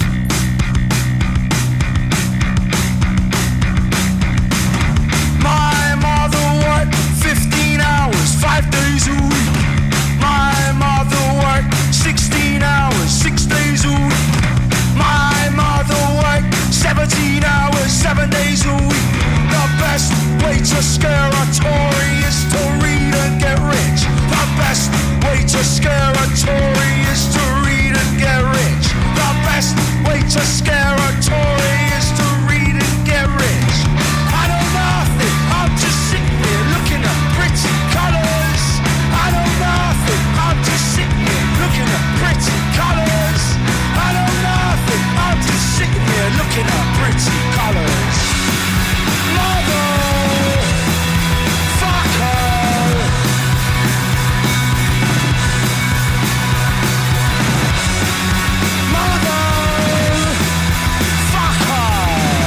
My mother worked 15 hours, 5 days a week. My mother worked 16 hours, 6 days a week. My mother worked 17 hours, 7 days a week. The best way to scare a Tory is to read and get rich. The best way to scare a Tory is to read and get rich. The best way to scare a Tory is to read and get rich. I know nothing, I'm just sitting here looking at pretty colours. I know nothing, I'm just sitting here looking at pretty colours. I know nothing, I'm just sitting here looking at pretty colours. Mother, fuck her. Mother, fuck her.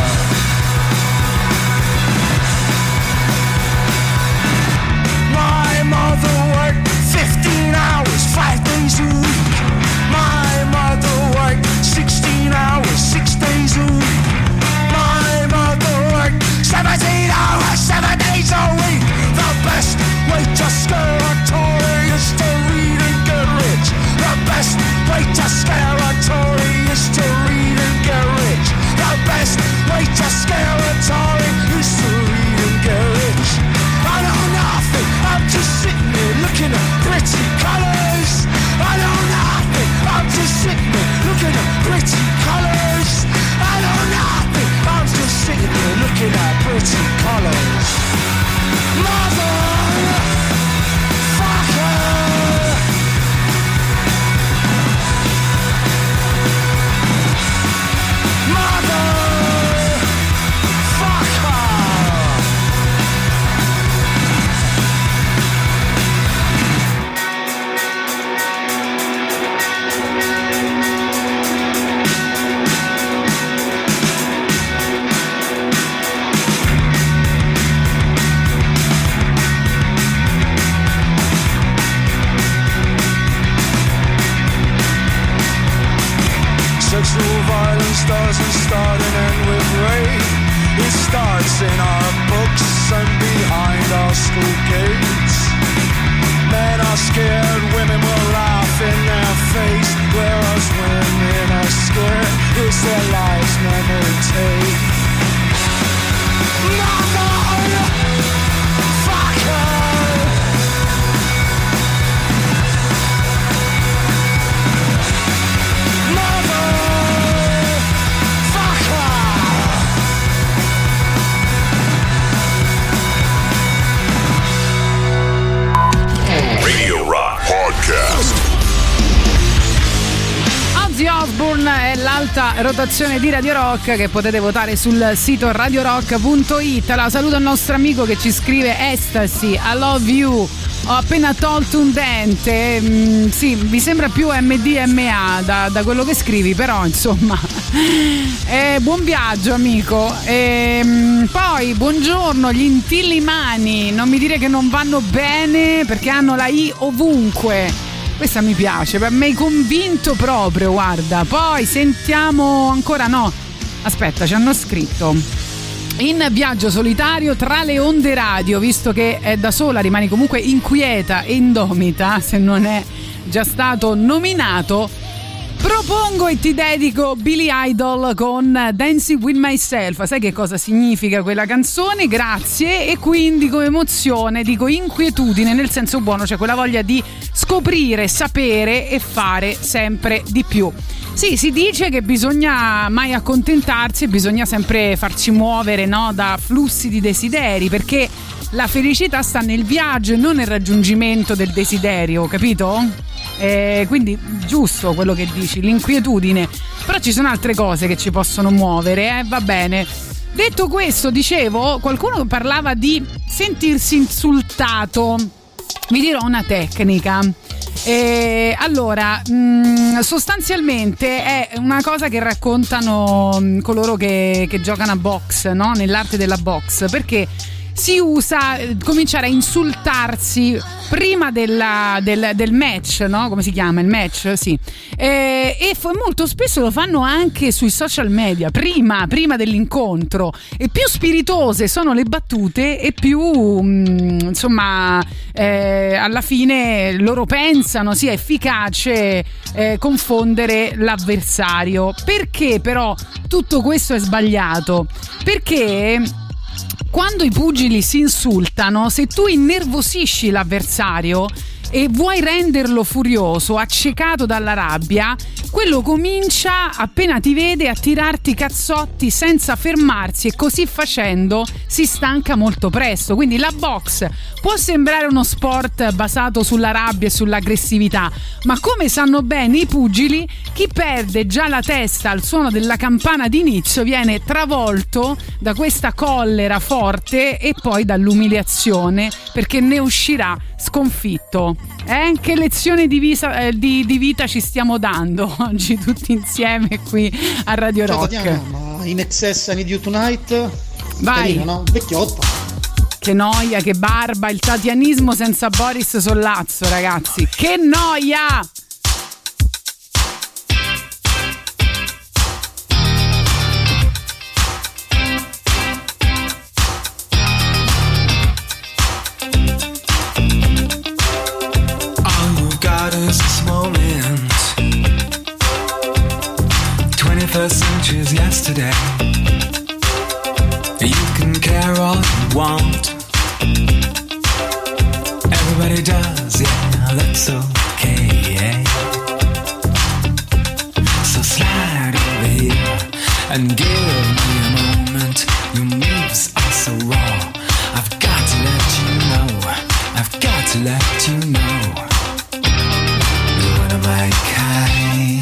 My mother worked 15 hours, 5 days a week. My mother worked 16 hours, 6 days a week. My mother worked 17 hours, 7 days a week. The best way to scare a Tory is to read and get rich. The best way to scare a Tory is to read and get rich. The best way to scare a Tory is to read and get rich. I know nothing, I'm just sitting here looking at pretty colours. I know nothing, I'm just sitting here looking at pretty colours. I know nothing, I'm just sitting here looking at pretty colours. Mother, fuck her. Mother, fuck her. Sexual violence doesn't start and end with rape. It starts in our books and behind our school gates. Men are scared, women will laugh in their face, whereas women are scared, it's their lives never take. Mother, fuck her. Mother, fuck her. Radio Rock Podcast. Ozzy Osbourne è l'alta rotazione di Radio Rock, che potete votare sul sito radiorock.it. La saluto il nostro amico che ci scrive: Ecstasy, I love you. Ho appena tolto un dente. Sì, mi sembra più MDMA da quello che scrivi, però insomma. Buon viaggio amico. Poi buongiorno, gli intillimani, non mi dire che non vanno bene perché hanno la I ovunque. Questa mi piace, mi hai convinto proprio, guarda. Poi sentiamo ancora, no, aspetta, ci hanno scritto in viaggio solitario tra le onde radio, visto che è da sola, rimani comunque inquieta e indomita se non è già stato nominato. Propongo e ti dedico Billy Idol con Dancing With Myself. Sai che cosa significa quella canzone? Grazie. E quindi come emozione dico inquietudine nel senso buono, cioè quella voglia di scoprire, sapere e fare sempre di più. Sì, si dice che bisogna mai accontentarsi, bisogna sempre farci muovere, no, da flussi di desideri, perché la felicità sta nel viaggio e non nel raggiungimento del desiderio, capito? Quindi giusto quello che dici, l'inquietudine, però ci sono altre cose che ci possono muovere, va bene. Detto questo, dicevo, qualcuno parlava di sentirsi insultato. Vi dirò una tecnica. Allora, sostanzialmente è una cosa che raccontano coloro che giocano a box, no? Nell'arte della box, perché si usa cominciare a insultarsi prima del match, no? Come si chiama? Il match? Sì. E molto spesso lo fanno anche sui social media, prima dell'incontro. E più spiritose sono le battute e più, insomma, alla fine loro pensano sia efficace confondere l'avversario. Perché però tutto questo è sbagliato? Perché quando i pugili si insultano, se tu innervosisci l'avversario e vuoi renderlo furioso, accecato dalla rabbia, quello comincia, appena ti vede, a tirarti cazzotti senza fermarsi e così facendo si stanca molto presto. Quindi la box può sembrare uno sport basato sulla rabbia e sull'aggressività, ma come sanno bene i pugili, chi perde già la testa al suono della campana d'inizio viene travolto da questa collera forte e poi dall'umiliazione, perché ne uscirà sconfitto. Che lezione di vita ci stiamo dando oggi tutti insieme qui a Radio Rock. Tatiana, ma In Excess I Need You Tonight? Vai. Carino, no? Vecchiotto. Che noia, che barba, il tatianismo senza Boris Sollazzo, ragazzi. Che noia! Is this moment 21st century is yesterday. You can care all you want, everybody does, yeah, that's okay. So slide over here and give me a moment. Your moves are so raw, I've got to let you know, I've got to let you know. My kind.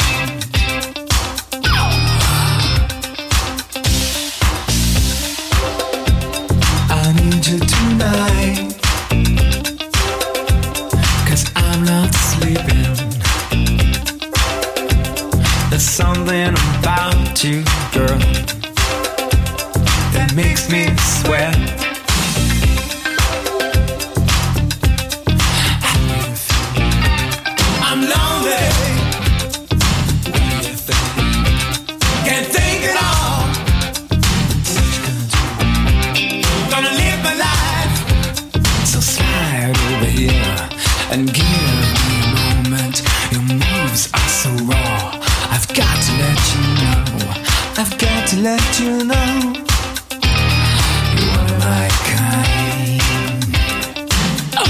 I need you tonight, 'cause I'm not sleeping. There's something about you, girl, that makes me sweat. And give me a moment. Your moves are so raw, I've got to let you know, I've got to let you know. You are my kind. Oh.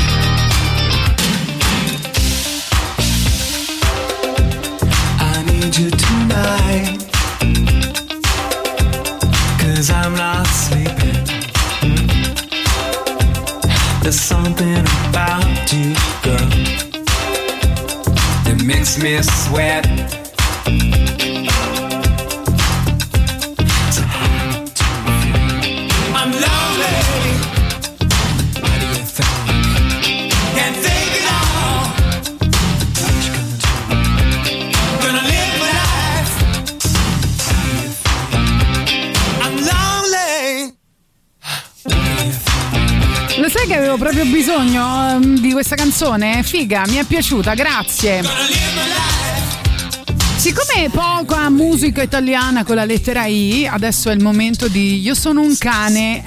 I need you tonight, 'cause I'm not sleeping. There's something about you, girl, that makes me sweat. So hard to feel. I'm lonely. What do you think? Can't think it all. What you gonna do? Gonna live my life. How do you think? I'm lonely. What do you think? Lo sai che avevo proprio bisogno di questa canzone? Figa, mi è piaciuta, grazie. Siccome poca musica italiana con la lettera I, adesso è il momento di Io sono un cane,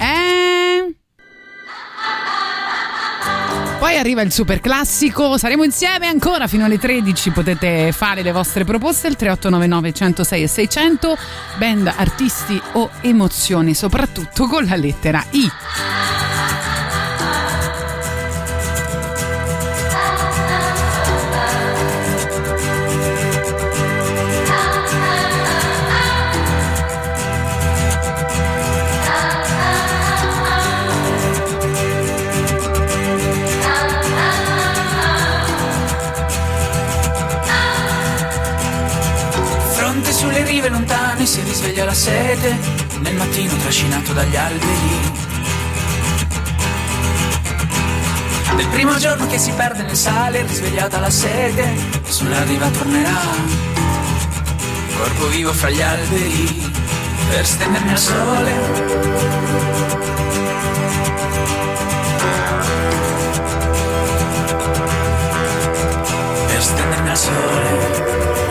Poi arriva il super classico, saremo insieme ancora fino alle 13, potete fare le vostre proposte al 3899 106 e 600, band, artisti o emozioni, soprattutto con la lettera I. Sulle rive lontane si risveglia la sete, nel mattino trascinato dagli alberi. Del primo giorno che si perde nel sale, risvegliata la sete, sulla riva tornerà. Corpo vivo fra gli alberi, per stendermi al sole. Per stendermi al sole.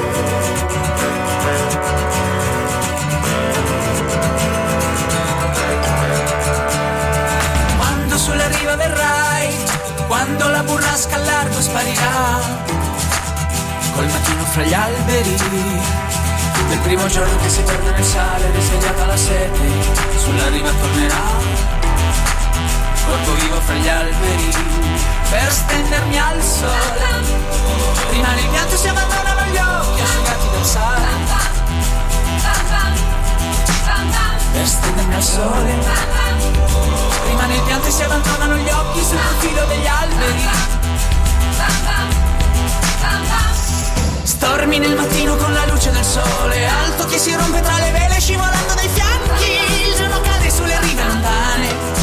Sulla riva verrai, quando la burrasca al largo sparirà, col mattino fra gli alberi, del primo giorno che si perde nel sale, risvegliata la sete, sulla riva tornerà, corpo vivo fra gli alberi, per stendermi al sole, rimane il pianto e si abbandonano gli occhi asciugati dal sale, per stendermi al sole. Rimane il pianto e si abbandonano gli occhi sul profilo degli alberi. Stormi nel mattino con la luce del sole, alto che si rompe tra le vele scivolando dai fianchi, il giorno cade sulle rive lontane.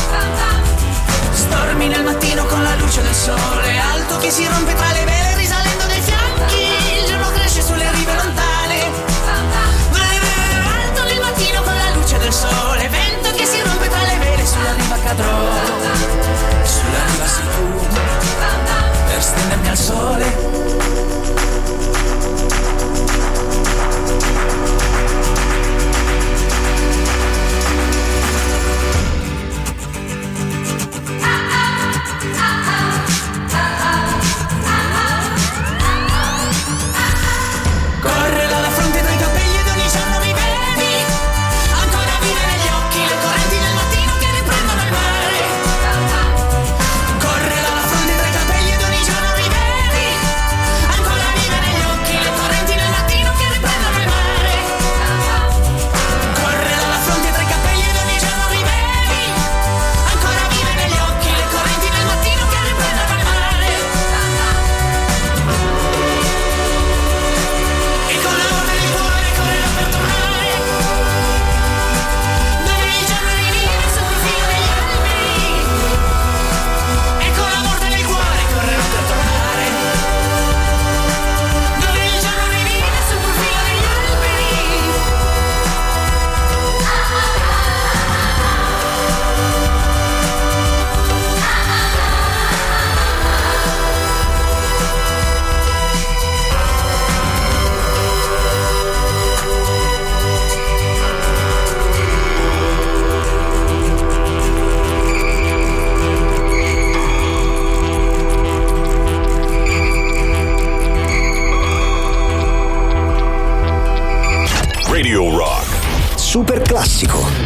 Stormi nel mattino con la luce del sole, alto che si rompe tra le vele risalendo dai fianchi, il giorno cresce sulle rive lontane. Alto nel mattino con la luce del sole, vento che si rompe tra le vele, sulla riva cadrò, sulla riva sei tu, per stendermi al sole. Corre dalla fronte dai capelli ed ogni giorno mi vedi, ancora vive negli occhi le correnti del mattino che riprendono il mare. Corre dalla fronte dai capelli ed ogni giorno mi vedi, ancora vive negli occhi le correnti del mattino che riprendono il mare. Corre dalla fronte dai capelli ed ogni giorno mi vedi, ancora vive negli occhi le correnti del mattino che riprendono il mare. E con l'amore del cuore correrò per tornare, dove il giorno rivide sul profilo degli alberi. E con l'amore del cuore correrò per tornare, dove il giorno rivide sul profilo degli alberi. Radio Rock. Super classico.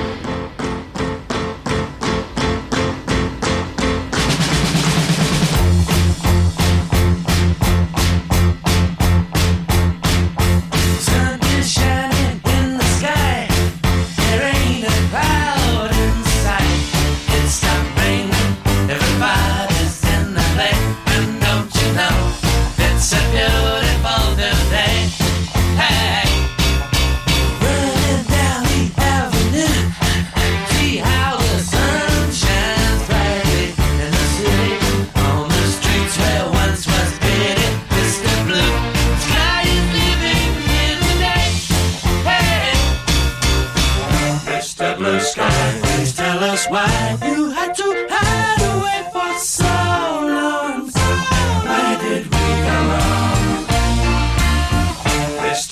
Sun is shining in the sky. There ain't a cloud in sight. It stopped raining. Everybody's in the lake. And don't you know it's a beautiful new day? Hey, running down the avenue.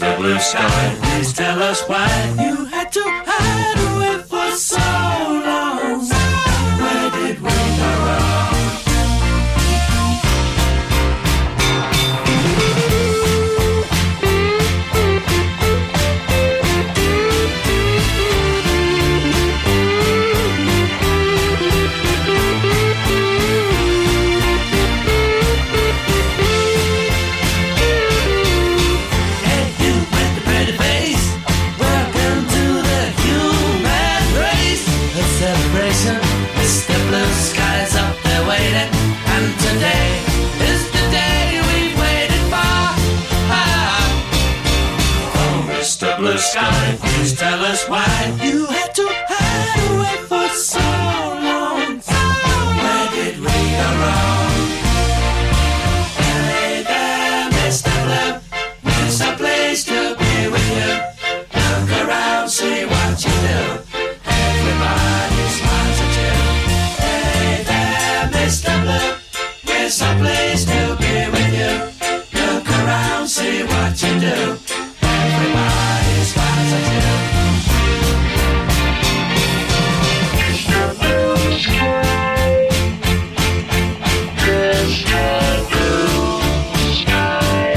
Mr. Blue Sky, please tell us why you had to hide away for so long. Where did we go wrong? Mr. Blue Sky's up there waiting, and today is the day we've waited for. Oh, Mr. Blue Sky, please tell us why you had to hide away for so long. Where did we go wrong? Hey there, Mr. Blue, it's a place to be with you. Look around, see what you do. Everybody smiles at you. Hey there, Mr. Blue, it's a place to be with you. Look around, see what you do. Everybody smiles at you. Mr. Blue Sky, Mr. Blue Sky,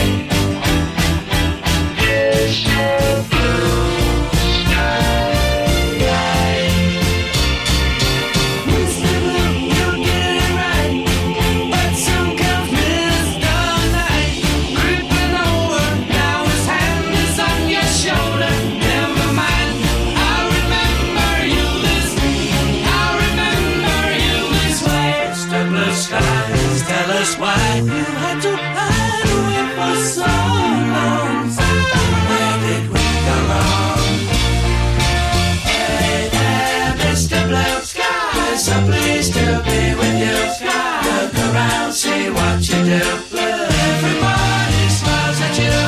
Mr. Blue Sky. Why you had to hide away for so long? Where did we go wrong? Hey there, Mr. Blue Sky, it's a place to be with you. Look around, see what you do. Everybody smiles at you.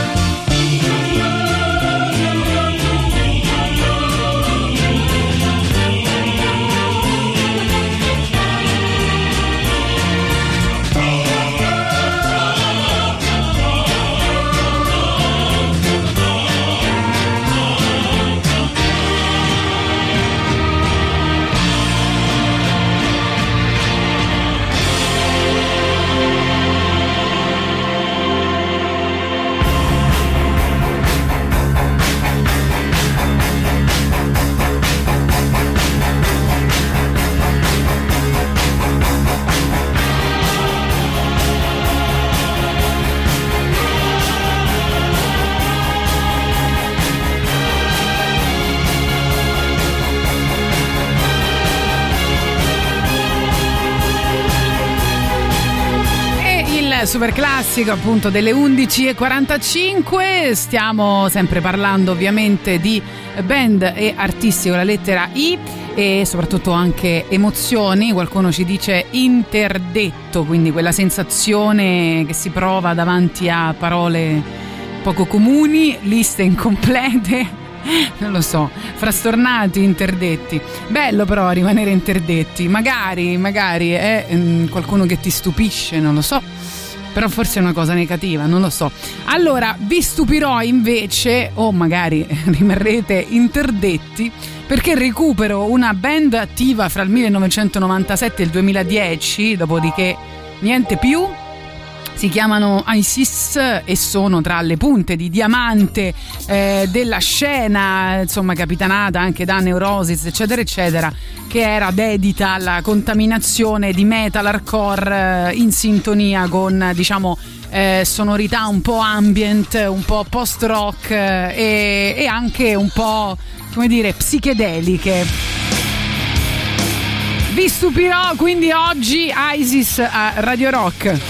Super classico appunto delle 11:45. Stiamo sempre parlando ovviamente di band e artisti con la lettera I e soprattutto anche emozioni. Qualcuno ci dice interdetto, quindi quella sensazione che si prova davanti a parole poco comuni, liste incomplete, non lo so, frastornati, interdetti. Bello però rimanere interdetti, magari è qualcuno che ti stupisce, non lo so. Però forse è una cosa negativa, non lo so. Allora, vi stupirò invece, o magari rimarrete interdetti, perché recupero una band attiva fra il 1997 e il 2010, dopodiché niente più. Si chiamano ISIS e sono tra le punte di diamante della scena, insomma, capitanata anche da Neurosis, eccetera eccetera, che era dedita alla contaminazione di metal hardcore in sintonia con, diciamo, sonorità un po' ambient, un po' post rock e anche un po', come dire, psichedeliche. Vi stupirò quindi oggi ISIS a Radio Rock.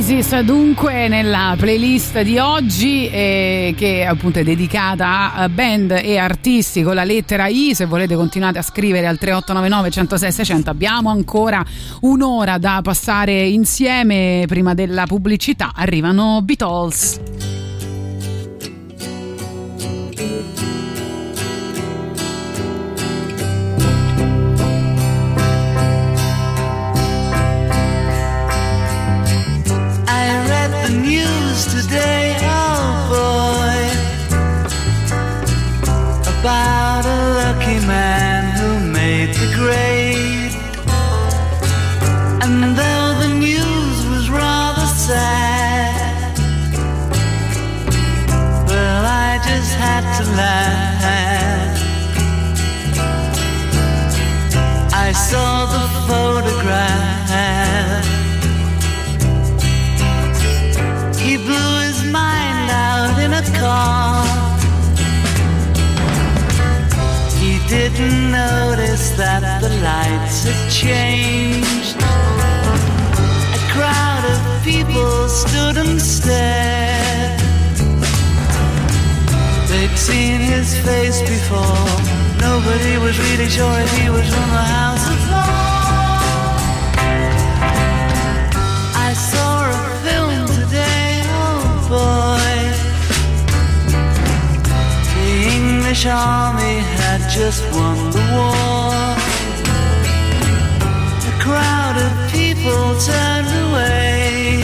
Oasis dunque nella playlist di oggi che appunto è dedicata a band e artisti con la lettera I. Se volete continuate a scrivere al 3899 106 600. Abbiamo ancora un'ora da passare insieme. Prima della pubblicità arrivano Beatles. Today, oh boy, about a lucky man who made the grade. And though the news was rather sad, well, I just had to laugh. I saw the photograph. He blew his mind out in a car. He didn't notice that the lights had changed. A crowd of people stood and stared. They'd seen his face before. Nobody was really sure if he was from the House of Lords. I saw a film today, boy. The English army had just won the war. A crowd of people turned away,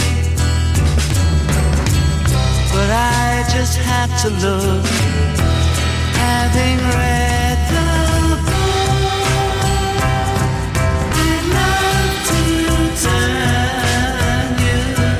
but I just had to look, having read the book. I'd love to turn you.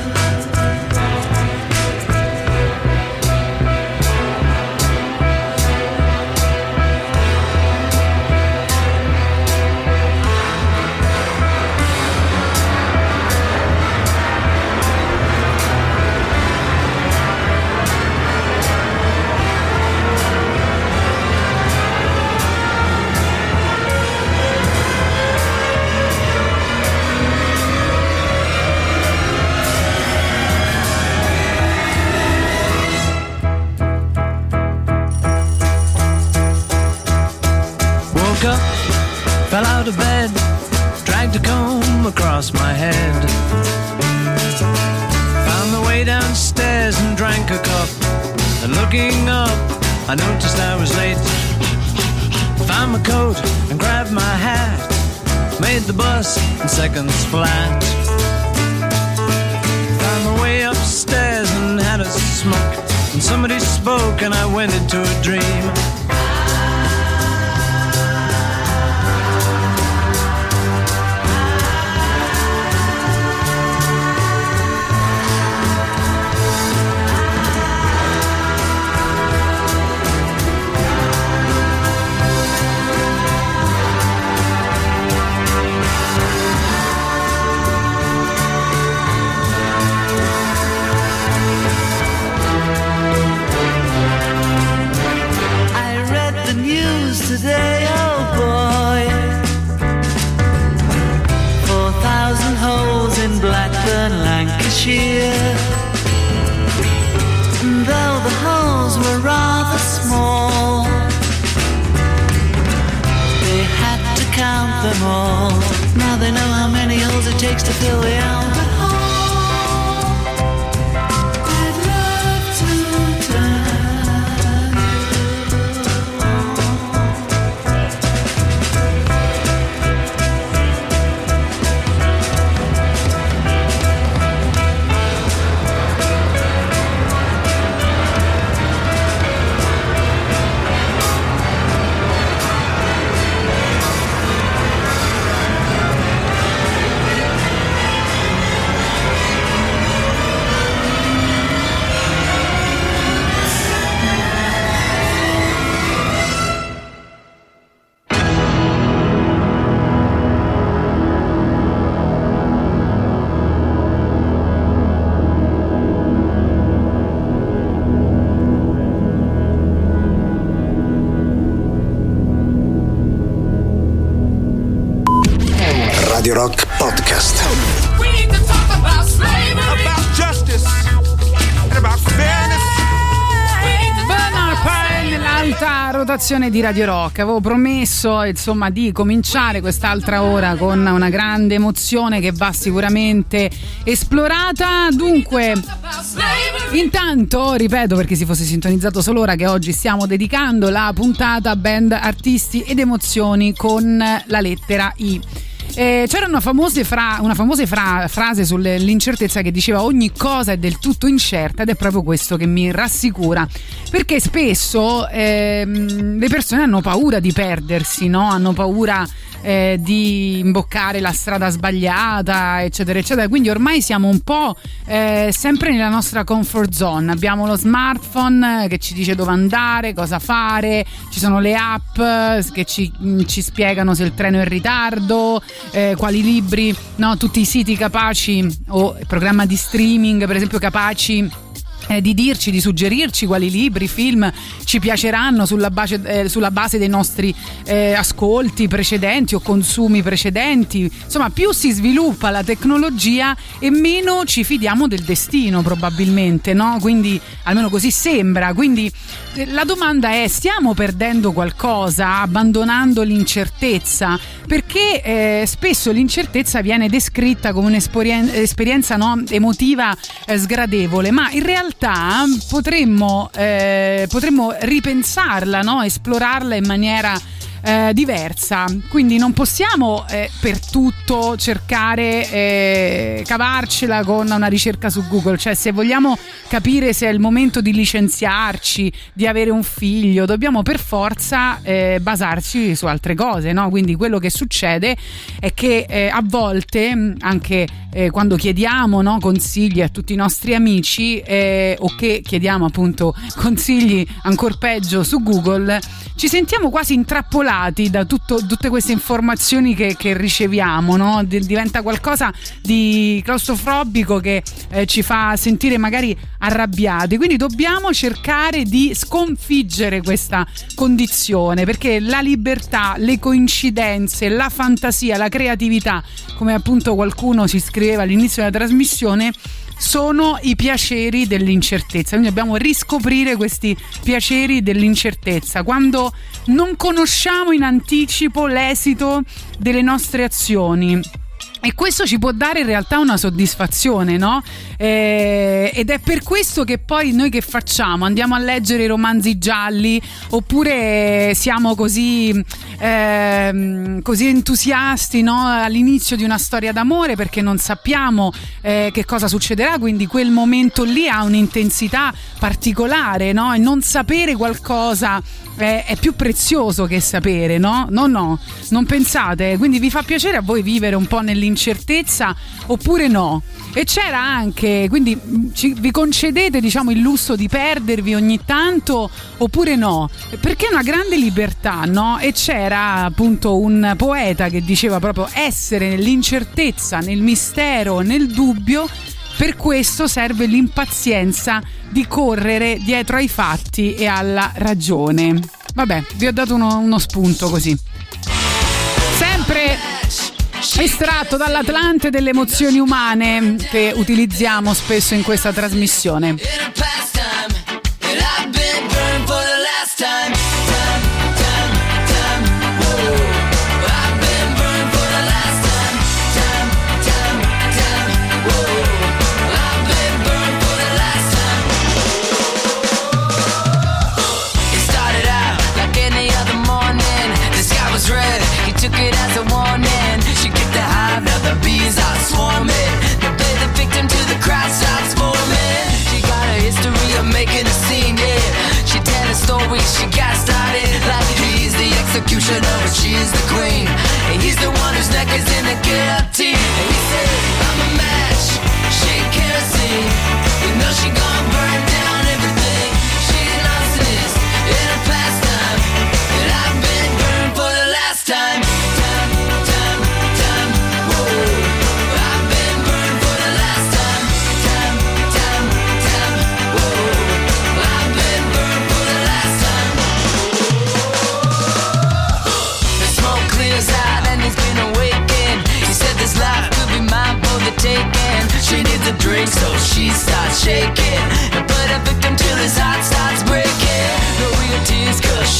Up, fell out of bed, dragged a comb across my head. Found the way downstairs and drank a cup. And looking up, I noticed I was late. Found my coat and grabbed my hat. Made the bus in seconds flat. Found my way upstairs and had a smoke. And somebody spoke and I went into a dream. Today, oh boy, 4,000 holes in Blackburn, Lancashire. And though the holes were rather small, they had to count them all. Now they know how many holes it takes to fill the Albert Hall. I'd love to turn. alta rotazione di Radio Rock. Avevo promesso insomma di cominciare quest'altra ora con una grande emozione che va sicuramente esplorata. Dunque, intanto ripeto, perché si fosse sintonizzato solo ora, che oggi stiamo dedicando la puntata band, artisti ed emozioni con la lettera I. C'era una famosa frase sull'incertezza che diceva: ogni cosa è del tutto incerta, ed è proprio questo che mi rassicura, perché spesso le persone hanno paura di perdersi, no? Hanno paura di imboccare la strada sbagliata, eccetera eccetera. Quindi ormai siamo un po' sempre nella nostra comfort zone. Abbiamo lo smartphone che ci dice dove andare, cosa fare, ci sono le app che ci spiegano se il treno è in ritardo, quali libri, no? Tutti i siti capaci, o programma di streaming per esempio capaci di dirci, di suggerirci quali libri, film ci piaceranno sulla base dei nostri ascolti precedenti o consumi precedenti. Insomma, più si sviluppa la tecnologia e meno ci fidiamo del destino, probabilmente, no? Quindi almeno così sembra. Quindi la domanda è: stiamo perdendo qualcosa abbandonando l'incertezza? Perché spesso l'incertezza viene descritta come un'esperienza, no, emotiva sgradevole, ma in realtà potremmo ripensarla, no? Esplorarla in maniera diversa. Quindi non possiamo per tutto cercare cavarcela con una ricerca su Google. Cioè, se vogliamo capire se è il momento di licenziarci, di avere un figlio, dobbiamo per forza basarci su altre cose, no? Quindi quello che succede è che a volte anche quando chiediamo, no, consigli a tutti i nostri amici o che chiediamo appunto consigli ancor peggio su Google, ci sentiamo quasi intrappolati da tutte queste informazioni che riceviamo, no? Diventa qualcosa di claustrofobico che ci fa sentire magari arrabbiati. Quindi dobbiamo cercare di sconfiggere questa condizione, perché la libertà, le coincidenze, la fantasia, la creatività, come appunto qualcuno ci scriveva all'inizio della trasmissione, sono i piaceri dell'incertezza. Quindi dobbiamo riscoprire questi piaceri dell'incertezza quando non conosciamo in anticipo l'esito delle nostre azioni. E questo ci può dare in realtà una soddisfazione, no? Ed è per questo che poi noi che facciamo? Andiamo a leggere i romanzi gialli, oppure siamo così entusiasti, no? All'inizio di una storia d'amore, perché non sappiamo che cosa succederà, quindi quel momento lì ha un'intensità particolare, no? E non sapere qualcosa è più prezioso che sapere, no? No, non pensate? Quindi vi fa piacere a voi vivere un po' nell'incertezza oppure no? E c'era anche, quindi vi concedete, diciamo, il lusso di perdervi ogni tanto oppure no? Perché è una grande libertà, no? E c'era appunto un poeta che diceva proprio: essere nell'incertezza, nel mistero, nel dubbio. Per questo serve l'impazienza di correre dietro ai fatti e alla ragione. Vabbè, vi ho dato uno spunto così. Sempre estratto dall'Atlante delle emozioni umane che utilizziamo spesso in questa trasmissione. Took it as a warning. She kicked the hive, now the bees are swarming. They play the victim till the crowd starts forming. She got a history of making a scene, yeah. She tell a story, she got started like he's the executioner, but she's the queen. And he's the one whose neck is in the guillotine. And he said, I'm a match, she ain't kerosene. You know she gon' burn down everything. She lost this in her pastime, and I've been burned for the last time. She needs a drink, so she starts shaking and put a victim till his heart starts breaking. No real tears, cause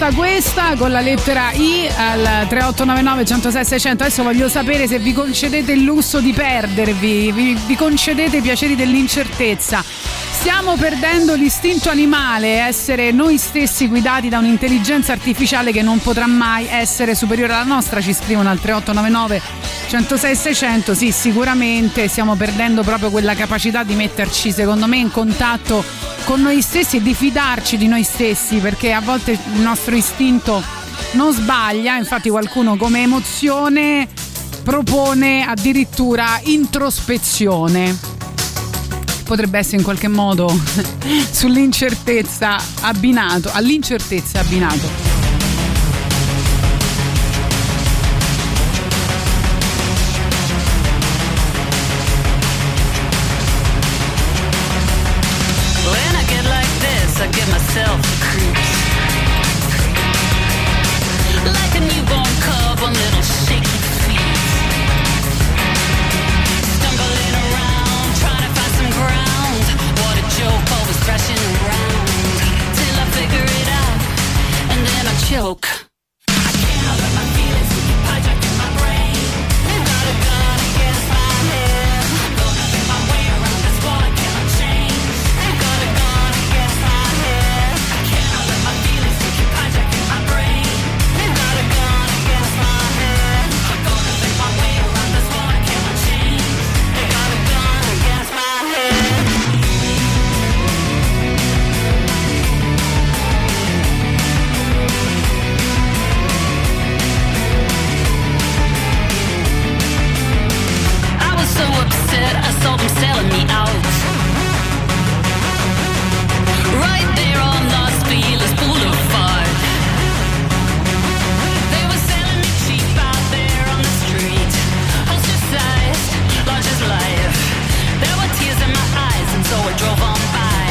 risposta questa con la lettera I al 3899 106 600. Adesso voglio sapere se vi concedete il lusso di perdervi, vi concedete i piaceri dell'incertezza. Stiamo perdendo l'istinto animale, essere noi stessi guidati da un'intelligenza artificiale che non potrà mai essere superiore alla nostra, ci scrivono al 3899 106 600. Sì, sicuramente stiamo perdendo proprio quella capacità di metterci, secondo me, in contatto con noi stessi e di fidarci di noi stessi, perché a volte il nostro istinto non sbaglia. Infatti qualcuno come emozione propone addirittura introspezione. Potrebbe essere in qualche modo all'incertezza abbinato. When I get like this, I give myself the creeps. Like a newborn cub on little shaky feet. Stumbling around, trying to find some ground. What a joke, always thrashing around. Till I figure it out, and then I choke. I can't let my feelings keep hijacking my brain. Got a gun against my head. Gonna make my way around this wall I cannot change. Got a gun against my head. I can't let my feelings keep hijacking my brain. Got a gun against my head. I'm gonna make my way around this wall I cannot change. Got a gun against my head. I was so upset, I saw them selling me out. Right there on Los Feliz Boulevard. They were selling me cheap out there on the street. Ostracized, large as life. There were tears in my eyes, and so I drove on by.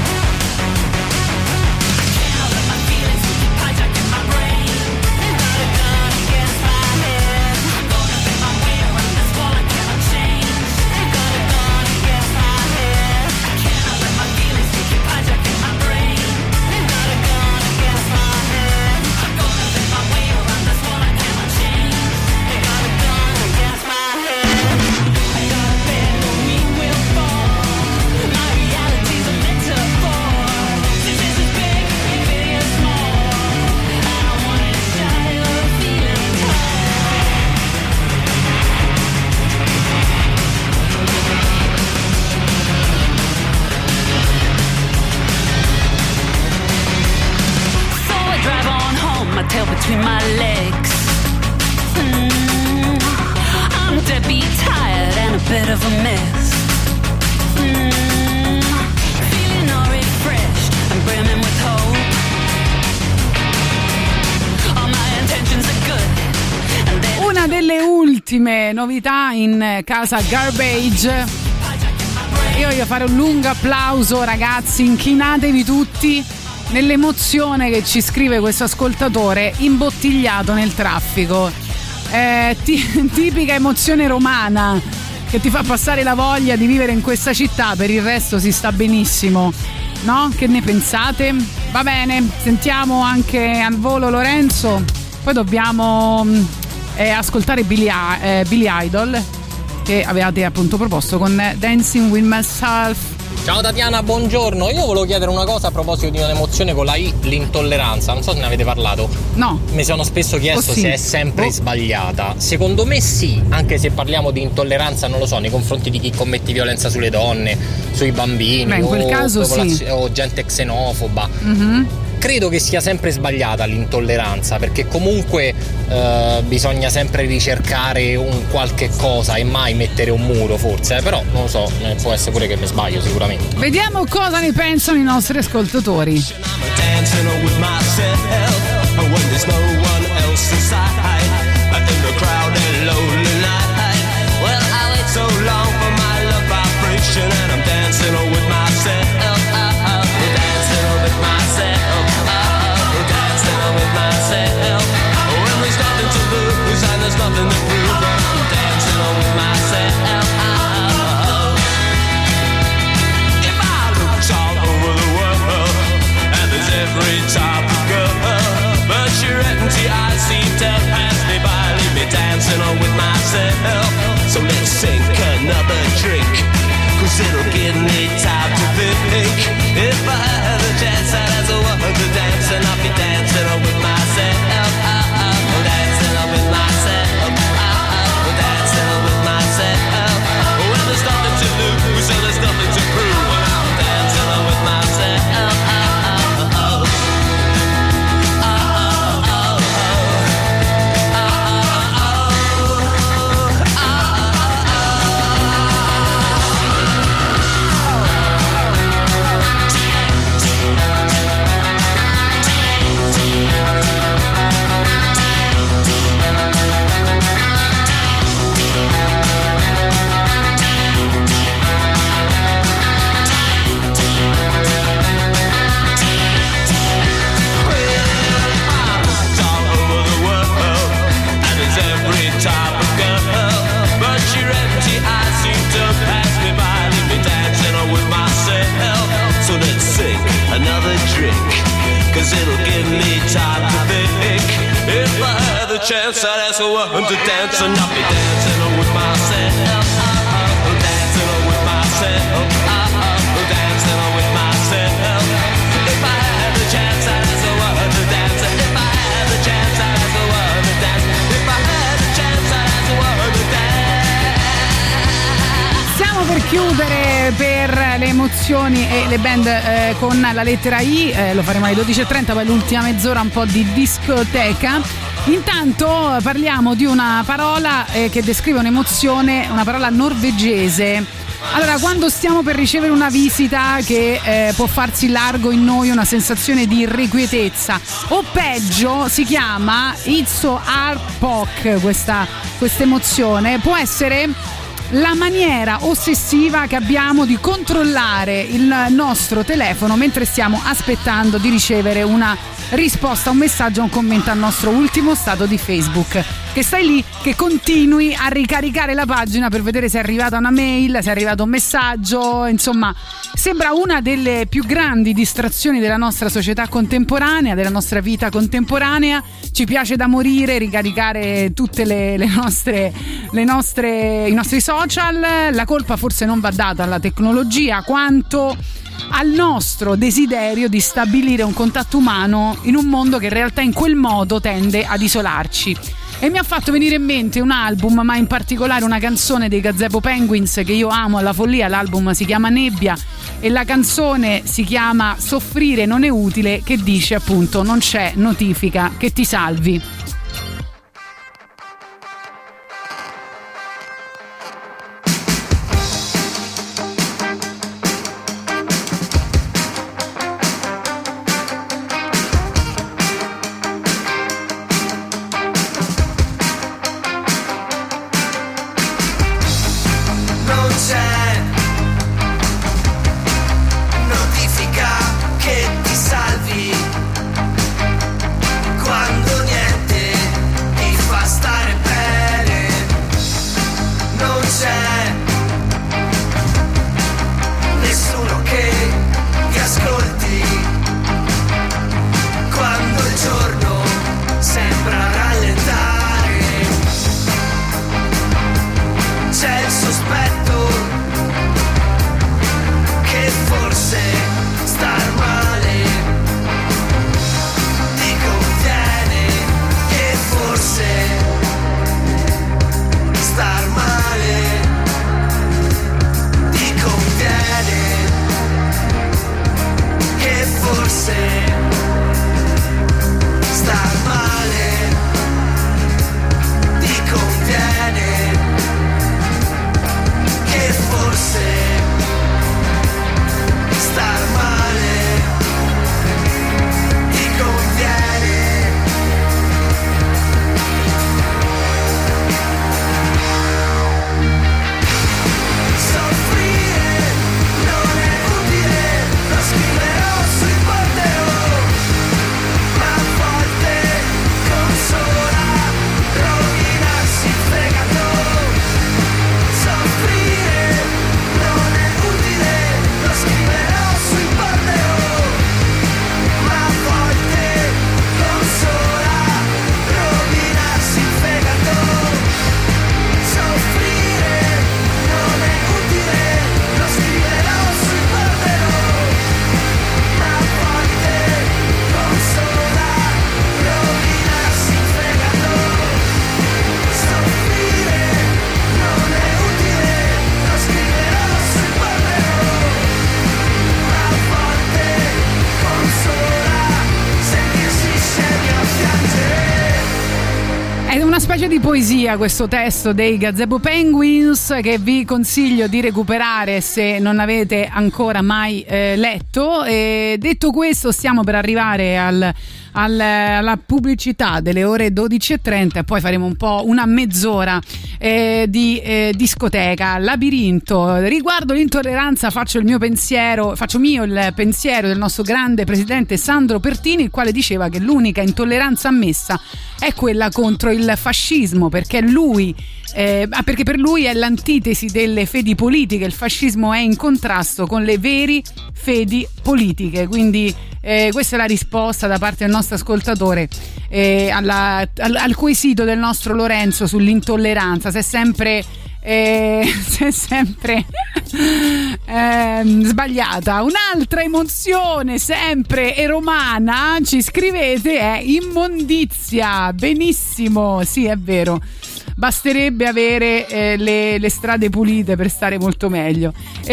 I can't let my feelings keep hijacking my brain. Got a gun against my head. I'm gonna make my way around this wall I cannot change. Got a gun against my head. I can't let my feelings keep hijacking my brain. Got a gun against my head. I'm gonna make my way around this wall I cannot change. Got a gun against my head. I got a bed where we will fall. My reality's a metaphor. This is as big, big as small. I don't wanna shy of feeling tall. So I drive on home, my tail between my legs. I'm deadbeat tired and a bit of a mess. Feeling all refreshed and brimming with hope. All my intentions are good. And then Una delle ultime novità in casa Garbage. Io voglio fare un lungo applauso, ragazzi, inchinatevi tutti nell'emozione che ci scrive questo ascoltatore imbottigliato nel traffico. Tipica emozione romana che ti fa passare la voglia di vivere in questa città. Per il resto si sta benissimo, no? Che ne pensate? Va bene, sentiamo anche al volo Lorenzo, poi dobbiamo ascoltare Billy Idol, che avevate appunto proposto con Dancing With Myself. Ciao Tatiana, buongiorno. Io volevo chiedere una cosa a proposito di un'emozione con la I, l'intolleranza. Non so se ne avete parlato. No. Mi sono spesso chiesto sì. se è sempre sbagliata. Secondo me sì, anche se parliamo di intolleranza, non lo so, nei confronti di chi commette violenza sulle donne, sui bambini. Beh, in quel caso sì. O gente xenofoba. Mm-hmm. Credo che sia sempre sbagliata l'intolleranza, perché comunque bisogna sempre ricercare un qualche cosa e mai mettere un muro, forse, però non lo so, può essere pure che mi sbaglio sicuramente. Vediamo cosa ne pensano i nostri ascoltatori. Nothing to prove, I'm dancing on with myself. If I looked all over the world, and there's every type of girl, 'cause it'll give me time to think. If I had the chance, I'd ask a woman to dance and not be dancing with myself. Dancing with myself. Dancing with myself. If I had the chance, I'd ask a woman to dance. If I had the chance, I'd ask a woman to dance. If I had the chance, I'd ask a woman to dance. Stiamo per chiudere per le emozioni e le band con la lettera I, lo faremo alle 12.30, poi l'ultima mezz'ora un po' di discoteca. Intanto parliamo di una parola che descrive un'emozione, una parola norvegese. Allora, quando stiamo per ricevere una visita che può farsi largo in noi una sensazione di irrequietezza, o peggio si chiama Itso Arpok, questa emozione può essere la maniera ossessiva che abbiamo di controllare il nostro telefono mentre stiamo aspettando di ricevere una risposta, un messaggio, un commento al nostro ultimo stato di Facebook. Che stai lì, che continui a ricaricare la pagina per vedere se è arrivata una mail, se è arrivato un messaggio. Insomma, sembra una delle più grandi distrazioni della nostra società contemporanea, della nostra vita contemporanea. Ci piace da morire ricaricare tutte i nostri social. La colpa forse non va data alla tecnologia quanto al nostro desiderio di stabilire un contatto umano in un mondo che in realtà in quel modo tende ad isolarci. E mi ha fatto venire in mente un album, ma in particolare una canzone dei Gazebo Penguins che io amo alla follia. L'album si chiama Nebbia e la canzone si chiama Soffrire non è utile, che dice appunto non c'è notifica che ti salvi. Di poesia questo testo dei Gazebo Penguins che vi consiglio di recuperare se non avete ancora mai letto. E detto questo, stiamo per arrivare alla pubblicità delle ore 12.30 e poi faremo un po' una mezz'ora di discoteca. Labirinto. Riguardo l'intolleranza faccio mio il pensiero del nostro grande presidente Sandro Pertini, il quale diceva che l'unica intolleranza ammessa è quella contro il fascismo. fascismo, perché perché per lui è l'antitesi delle fedi politiche. Il fascismo è in contrasto con le vere fedi politiche. Quindi questa è la risposta da parte del nostro ascoltatore al quesito del nostro Lorenzo sull'intolleranza. Se è sempre sbagliata. Un'altra emozione sempre e romana, ci scrivete, è immondizia. Benissimo, sì, è vero, basterebbe avere le strade pulite per stare molto meglio.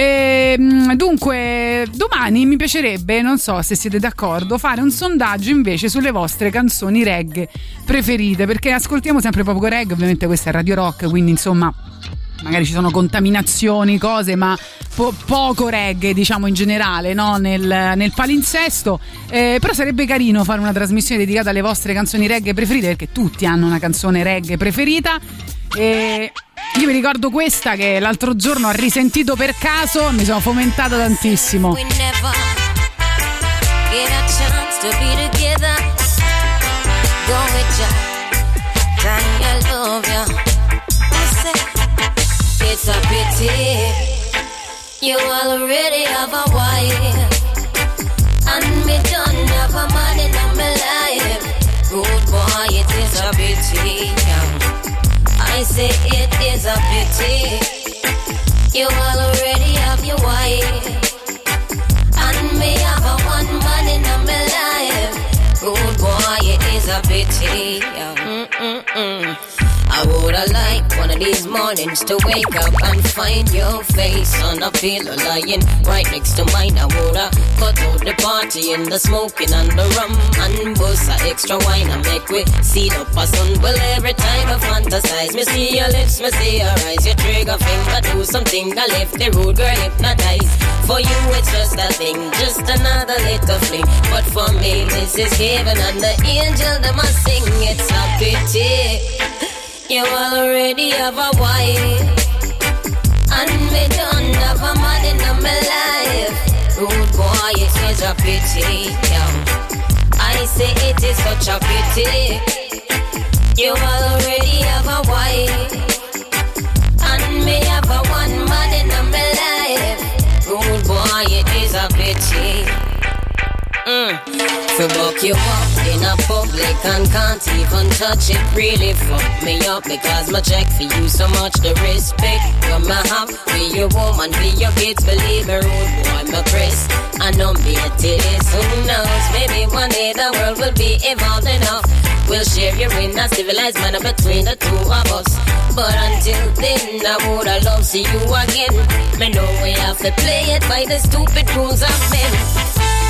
Dunque domani mi piacerebbe, non so se siete d'accordo, fare un sondaggio invece sulle vostre canzoni reggae preferite, perché ascoltiamo sempre poco reggae, ovviamente questa è Radio Rock, quindi insomma magari ci sono contaminazioni, cose, ma poco reggae, diciamo, in generale, no? nel palinsesto. Però sarebbe carino fare una trasmissione dedicata alle vostre canzoni reggae preferite, perché tutti hanno una canzone reggae preferita. Io mi ricordo questa che l'altro giorno ho risentito per caso, mi sono fomentata tantissimo. It's a pity you already have a wife, and me don't have a man in my life. Good boy, it is a pity. I say it is a pity you already have your wife, and me have a one man in my life. Good boy, it is a pity. I woulda liked one of these mornings to wake up and find your face on a pillow lying right next to mine. I woulda cut out the party and the smoking and the rum and bust a extra wine and make we see up a sun. Well, every time I fantasize, me see your lips, me see your eyes, your trigger finger do something that left the rude girl hypnotized. For you it's just a thing, just another little fling, but for me this is heaven and the angel them a sing. It's a pity you already have a wife, and me don't have a man in my life. Rude boy, it is a pity. I say it is such a pity you already have a wife, and me have a one man in my life. Rude boy, it is a pity. To buck you up in a public and can't even touch it, really fuck me up, because my check for you so much the respect you may have for your woman, for your kids, believe me, rude boy, my Chris, I know me it is, who knows, maybe one day the world will be evolved enough, we'll share you in a civilized manner between the two of us, but until then I woulda love to see you again, me know we have to play it by the stupid rules of men.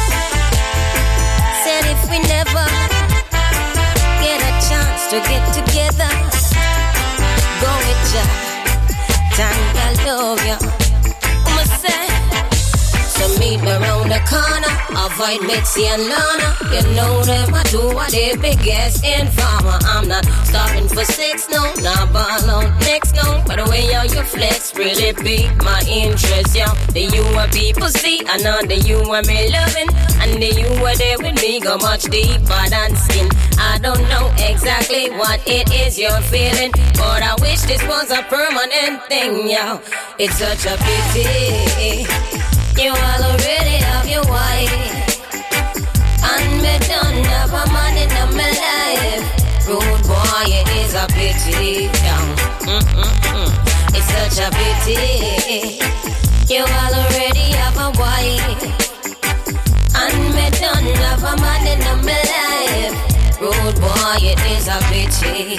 Said if we never get a chance to get together, go with ya, Tanya, I love ya. I'ma say, so meet me around the corner, avoid Mitzi and Lana. You know them, I do what they biggest informer. I'm not stopping for sex, no, not ball on next, no. But the way how you flex really pique my interest, yo. The you are people see, I know the you are me loving, and the you are there with me go much deeper than skin. I don't know exactly what it is you're feeling, but I wish this was a permanent thing, yo. It's such a pity you all already have your wife, and me don't have a man in my life. Rude boy, it is a pity. It's such a pity you all already have a wife, and me don't have a man in my life. Rude boy, it is a pity.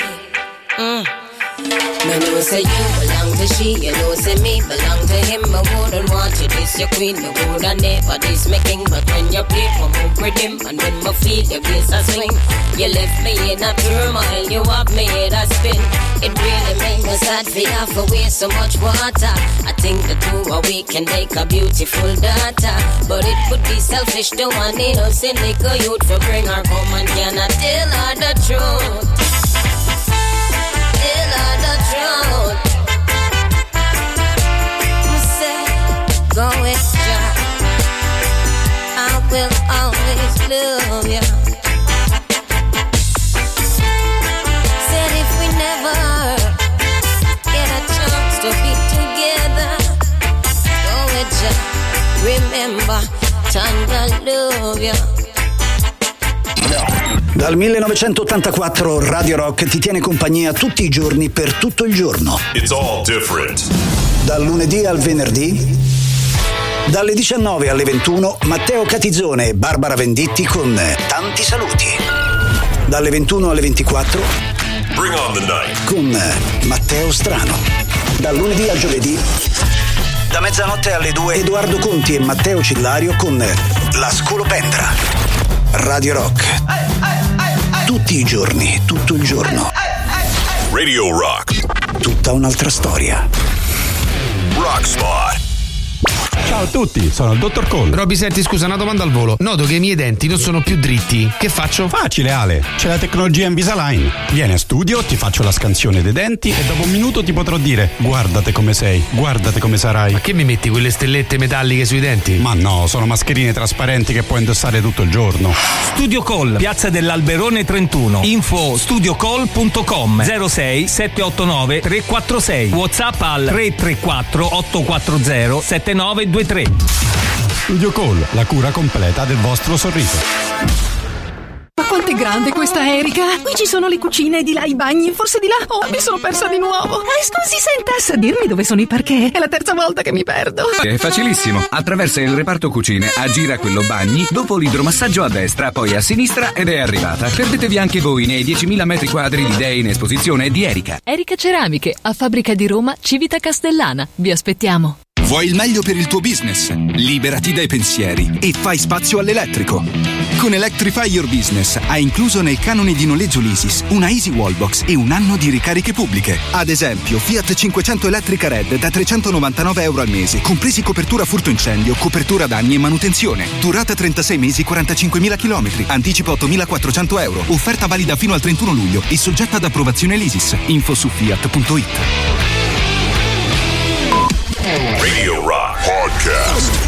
Me know say you belong to she, you know say me belong to him. I wouldn't want you this your queen, me woulda never this my king. But when you play for me with him, and when me feel your face a swing, you left me in a turmoil, you have me in a spin. It really made me sad for you have to waste so much water. I think the two of we can make a beautiful daughter, but it would be selfish to one innocent little youth for bring her home and cannot tell her the truth. The truth. You say, go with ya, I will always love ya. Said if we never and I love you. Dal 1984 Radio Rock ti tiene compagnia tutti i giorni per tutto il giorno. It's all different. Dal lunedì al venerdì, dalle 19 alle 21, Matteo Catizzone e Barbara Venditti con Tanti saluti. Dalle 21 alle 24, Bring on the night con Matteo Strano. Dal lunedì al giovedì, da mezzanotte alle 2, Edoardo Conti e Matteo Cillario con La Scolopendra. Radio Rock. Tutti i giorni, tutto il giorno. Radio Rock. Tutta un'altra storia. Rock Spot. Ciao a tutti, sono il Dottor Cole. Robby, senti, scusa, una domanda al volo. Noto che i miei denti non sono più dritti. Che faccio? Facile, Ale. C'è la tecnologia Invisalign. Vieni a studio, ti faccio la scansione dei denti e dopo un minuto ti potrò dire: guardate come sei, guardate come sarai. Ma che mi metti quelle stellette metalliche sui denti? Ma no, sono mascherine trasparenti che puoi indossare tutto il giorno. Studio Call, piazza dell'Alberone 31. Info studiocall.com 06 789 346. WhatsApp al 334 840 7923. Studio Call, la cura completa del vostro sorriso. Ma quanto è grande questa Erika? Qui ci sono le cucine, di là i bagni, forse di là. Oh, mi sono persa di nuovo. Scusi, senta, sa dirmi dove sono i parquet? È la terza volta che mi perdo. È facilissimo. Attraversa il reparto cucine, aggira quello bagni, dopo l'idromassaggio a destra, poi a sinistra ed è arrivata. Perdetevi anche voi nei 10.000 metri quadri di idee in esposizione di Erika. Erika Ceramiche, a Fabbrica di Roma, Civita Castellana. Vi aspettiamo. Vuoi il meglio per il tuo business? Liberati dai pensieri e fai spazio all'elettrico. Con Electrify Your Business hai incluso nel canone di noleggio Leasys una Easy Wallbox e un anno di ricariche pubbliche. Ad esempio, Fiat 500 Electrica Red da €399 al mese, compresi copertura furto incendio, copertura danni e manutenzione. Durata 36 mesi, 45.000 km, anticipo €8.400. Offerta valida fino al 31 luglio e soggetta ad approvazione Leasys. Info su fiat.it. Radio Rock Podcast.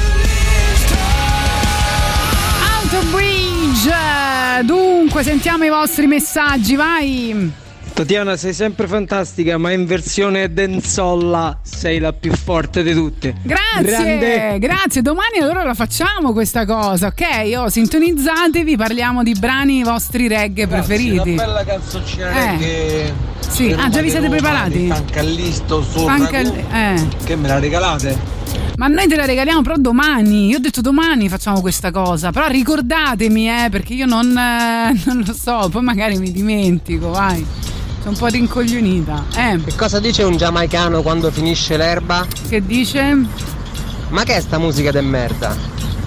Auto Bridge. Dunque, sentiamo i vostri messaggi, vai. Tatiana, sei sempre fantastica, ma in versione denzolla sei la più forte di tutte. Grazie, grazie. Domani allora la facciamo questa cosa, ok? Sintonizzatevi, parliamo di brani vostri reggae preferiti. Una bella canzoncina reggae. Sì, già vi siete preparati? Pancallisto che me la regalate? Ma noi te la regaliamo però domani. Io ho detto domani facciamo questa cosa. Però ricordatemi, perché io non lo so, poi magari mi dimentico, vai. Sono un po' rincoglionita. Che cosa dice un giamaicano quando finisce l'erba? Che dice? Ma che è sta musica de merda?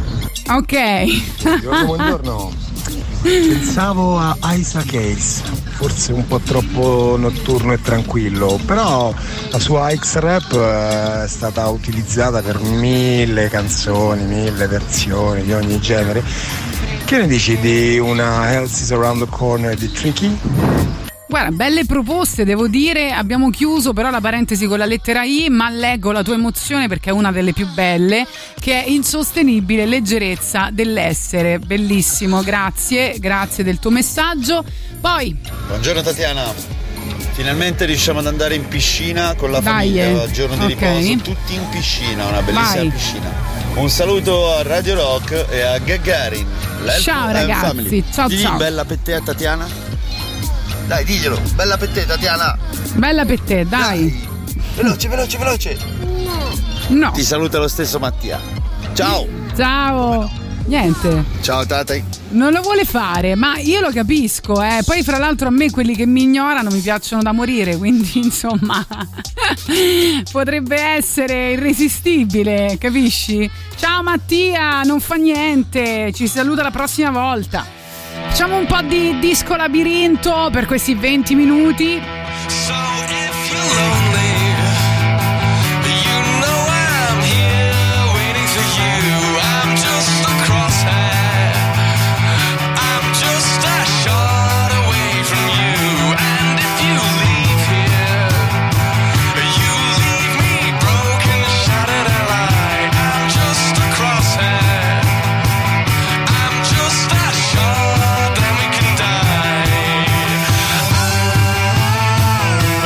Ok. Buongiorno. Pensavo a Isaac Hayes, forse un po' troppo notturno e tranquillo, però la sua X-Rap è stata utilizzata per 1000 canzoni, 1000 versioni di ogni genere. Che ne dici di una Health is Around the Corner di Tricky? Guarda, belle proposte, devo dire. Abbiamo chiuso però la parentesi con la lettera I, ma leggo la tua emozione perché è una delle più belle, che è insostenibile leggerezza dell'essere. Bellissimo, grazie del tuo messaggio. Poi buongiorno Tatiana, finalmente riusciamo ad andare in piscina con la famiglia al giorno di riposo, tutti in piscina, una bellissima piscina. Un saluto a Radio Rock e a Gagarin. Ciao ragazzi, ciao. Bella per te a Tatiana. Dai, diglielo, bella per te Tatiana. Bella per te, dai. Veloce. No. Ti saluta lo stesso Mattia. Ciao. Niente. Ciao Tati. Non lo vuole fare, ma io lo capisco, Poi fra l'altro a me quelli che mi ignorano mi piacciono da morire, quindi insomma potrebbe essere irresistibile, capisci? Ciao Mattia, non fa niente, ci saluta la prossima volta. Facciamo un po' di disco labirinto per questi 20 minuti. I'm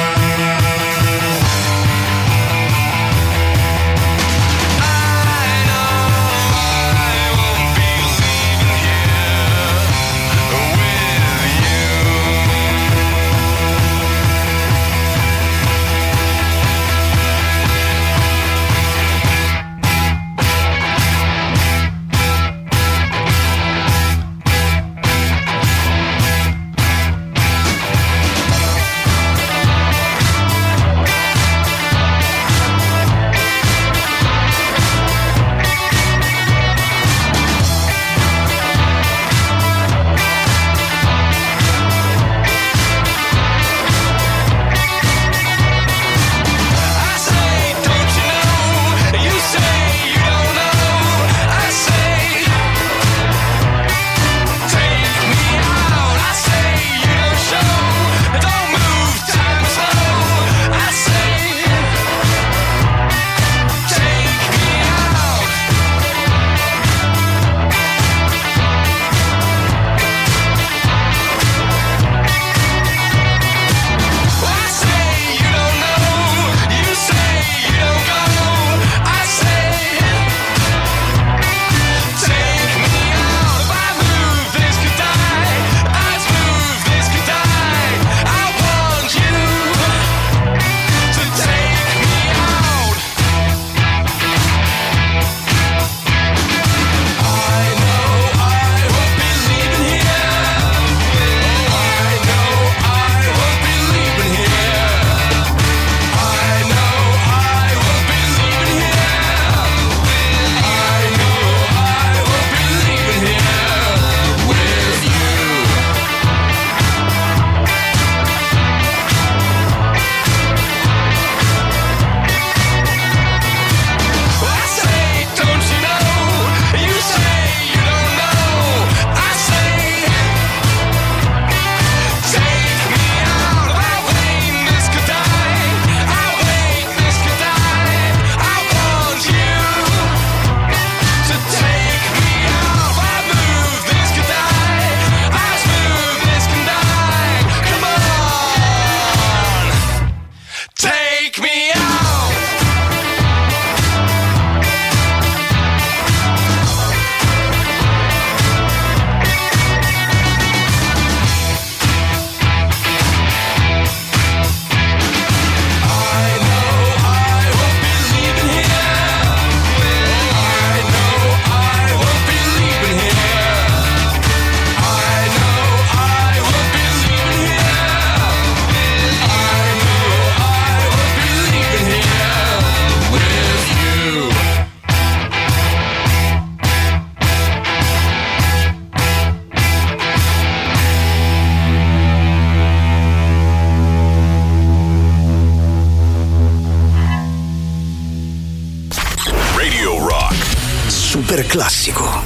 super classico.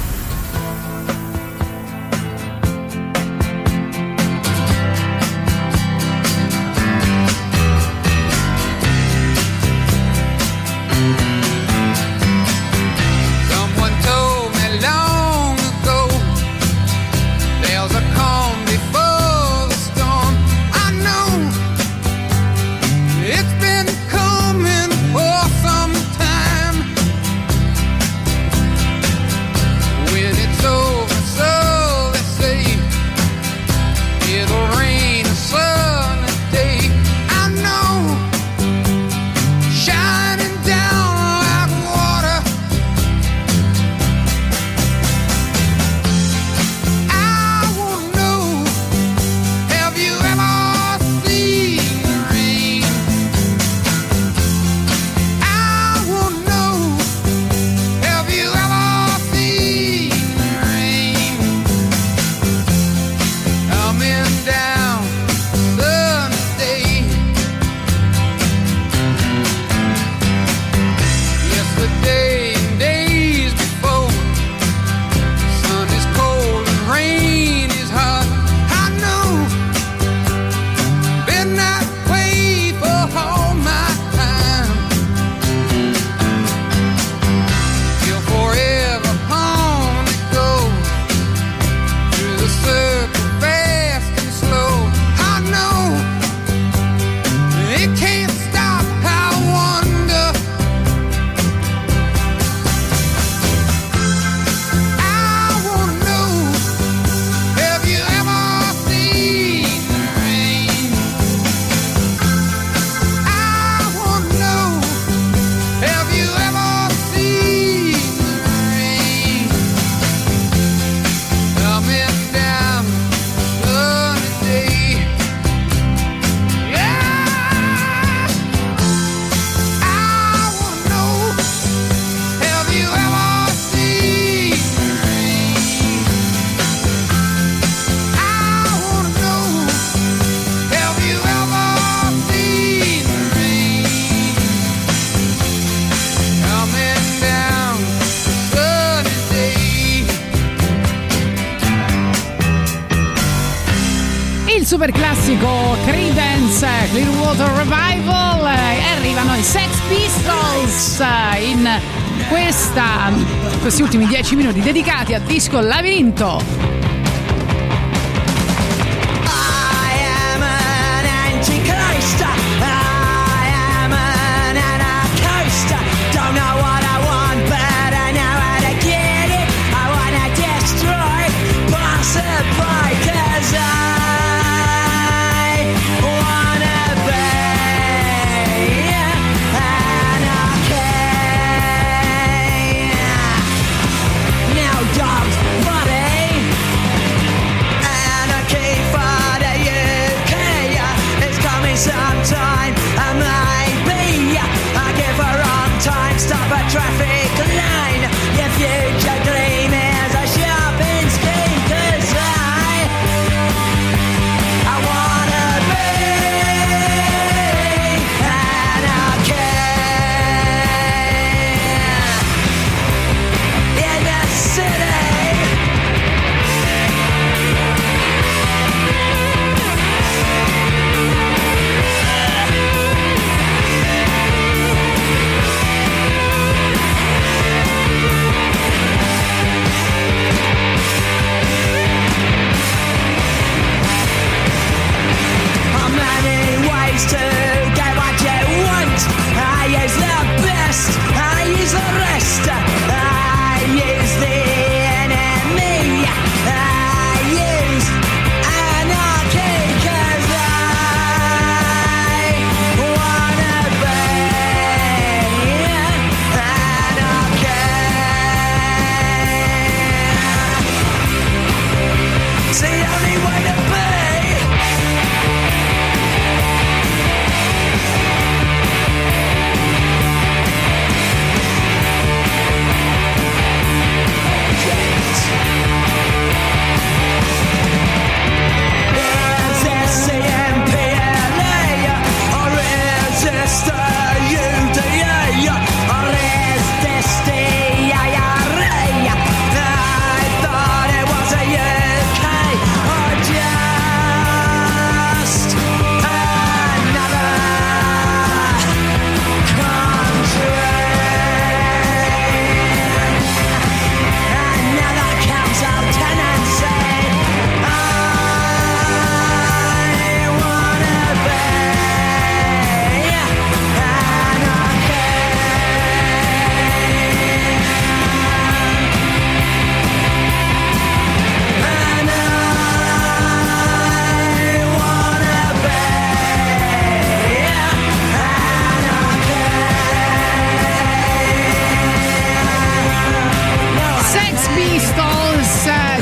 Super classico Creedence Clearwater Revival, arrivano i Sex Pistols in questi ultimi 10 minuti dedicati a Disco Labirinto. Dogs, buddy.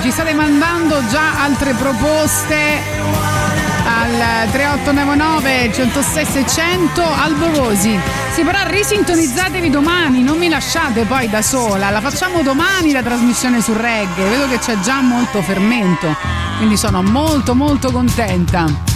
ci state mandando già altre proposte al 3899 106 600. Alborosi, sì, però risintonizzatevi domani, non mi lasciate poi da sola, la facciamo domani la trasmissione sul reggae, vedo che c'è già molto fermento, quindi sono molto molto contenta.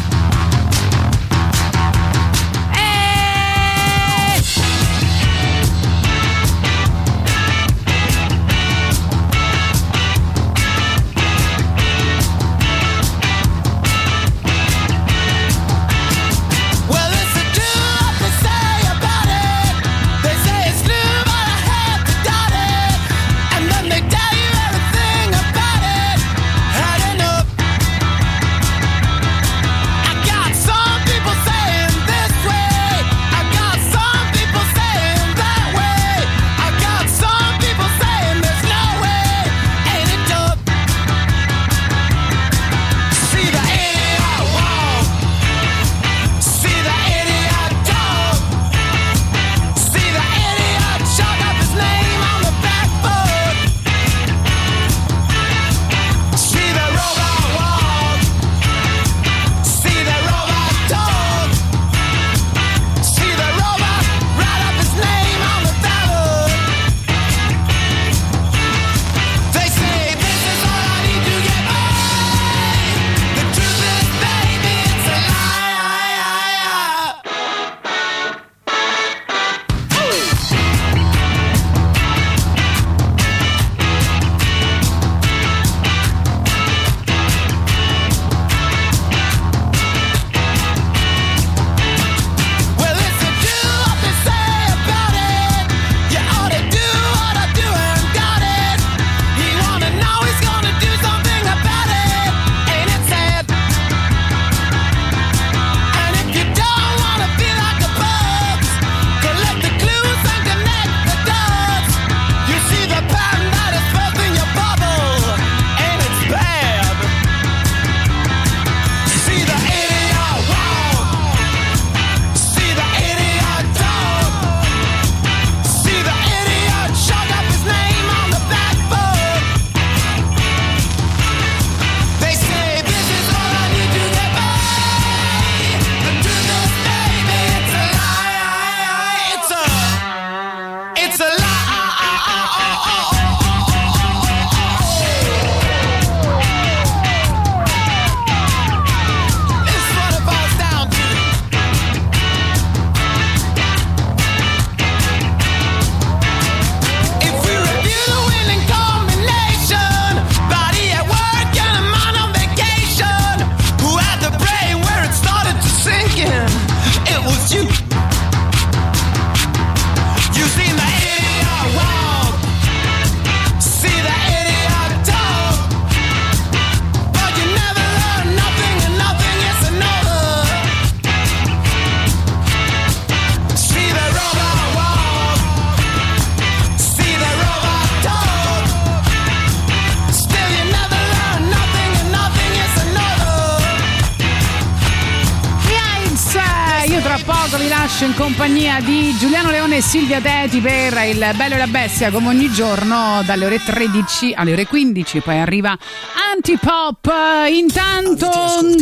In compagnia di Giuliano Leone e Silvia Teti per il Bello e la Bestia, come ogni giorno dalle ore 13 alle ore 15, poi arriva Antipop. Intanto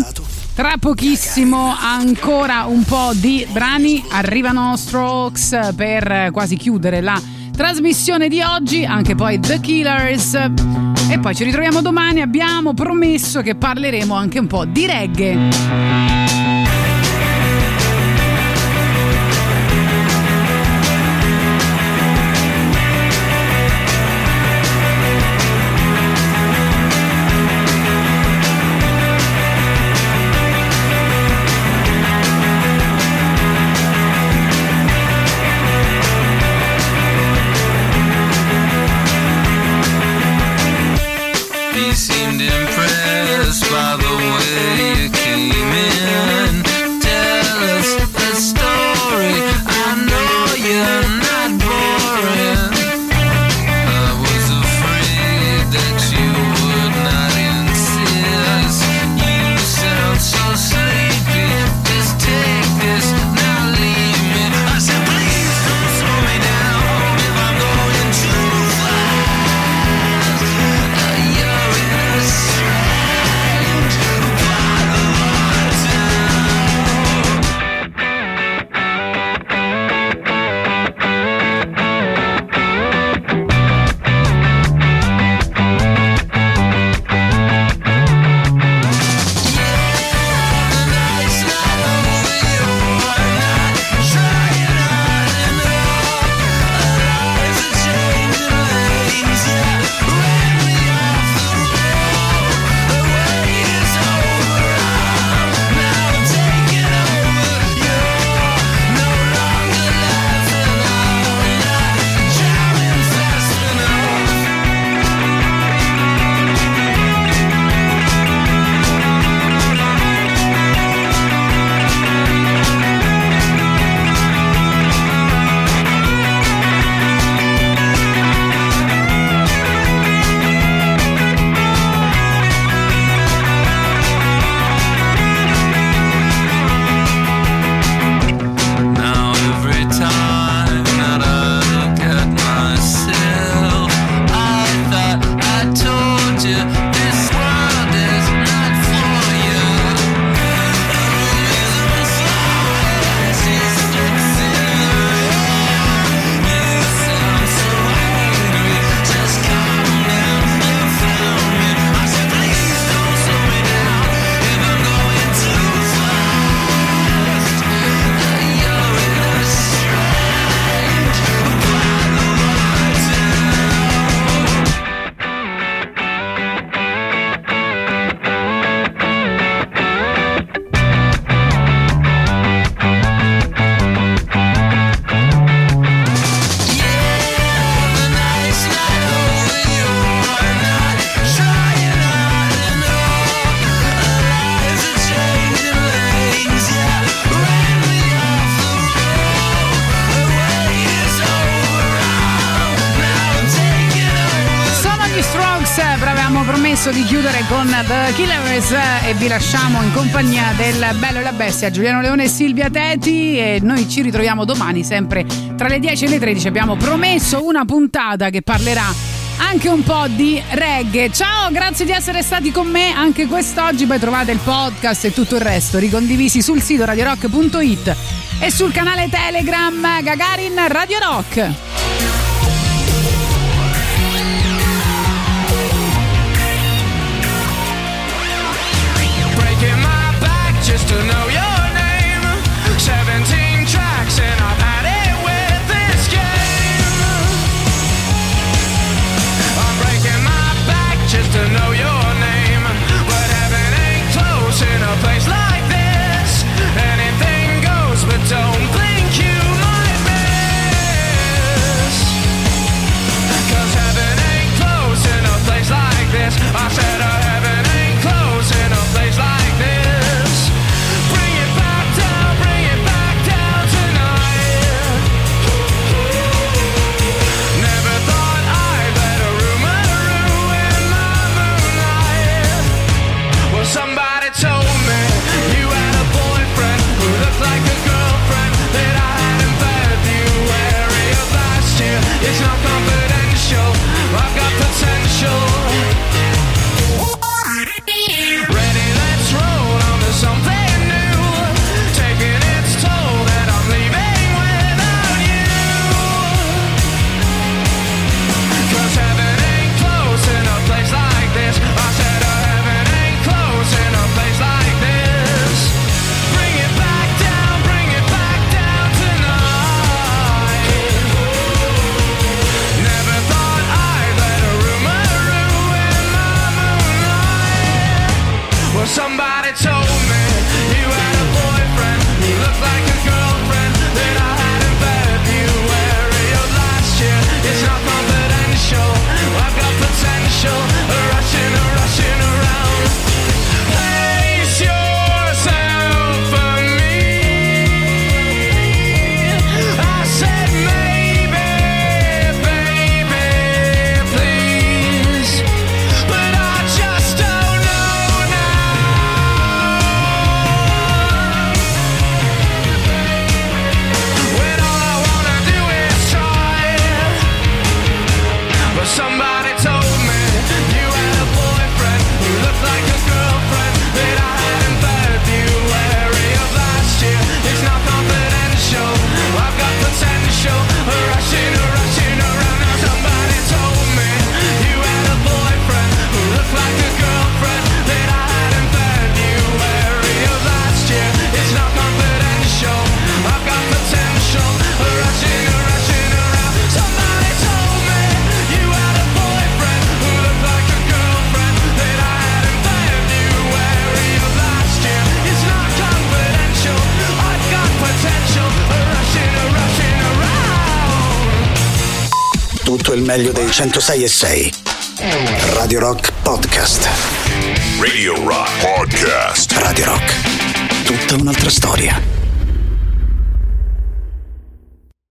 tra pochissimo ancora un po' di brani, arrivano Strokes per quasi chiudere la trasmissione di oggi, anche poi The Killers, e poi ci ritroviamo domani. Abbiamo promesso che parleremo anche un po' di reggae. He seemed impressed by the way you came in. Remix, avevamo promesso di chiudere con The Killers e vi lasciamo in compagnia del Bello e la Bestia, Giuliano Leone e Silvia Teti, e noi ci ritroviamo domani sempre tra le 10 e le 13. Abbiamo promesso una puntata che parlerà anche un po' di reggae. Ciao, grazie di essere stati con me anche quest'oggi. Poi trovate il podcast e tutto il resto ricondivisi sul sito radiorock.it e sul canale Telegram Gagarin Radio Rock. Just to know your name, 17 tracks and I've had it with this game. I'm breaking my back just to know your name, but heaven ain't close in a place like this. Anything goes, but don't think you might miss, 'cause heaven ain't close in a place like this. I said heaven ain't close in a place like this. Somebody told me you had a boyfriend who looked like a girlfriend that I had in February of last year. It's not confidential, I've got potential. Ready, let's roll on to something new, taking its toll that I'm leaving without you. 'Cause heaven ain't close in a place like this. I said in a place like this. Bring it back down tonight. Never thought I'd let a rumor ruin my moonlight. Well, somebody told me you had a boyfriend who looked like a girlfriend that I had in February of last year. It's not confidential, I've got potential, rushing around. Place yourself for me. I said maybe, baby, please, but I just don't know now. When all I wanna do is try, but somebody told me you had a boyfriend who looked like a girlfriend that I had in February of last year. It's not confidential, I've got potential, rushing around. Now somebody told me you had a boyfriend who looked like a girlfriend that I had in February of last year. It's not confidential, I've got potential, rushing around. Somebody told me you had a boyfriend who looked like a girlfriend that I had in February of last year. It's not confidential, I've got potential, rushing around. Tutto il meglio dei 106.6 Radio Rock Podcast. Radio Rock Podcast. Radio Rock, tutta un'altra storia.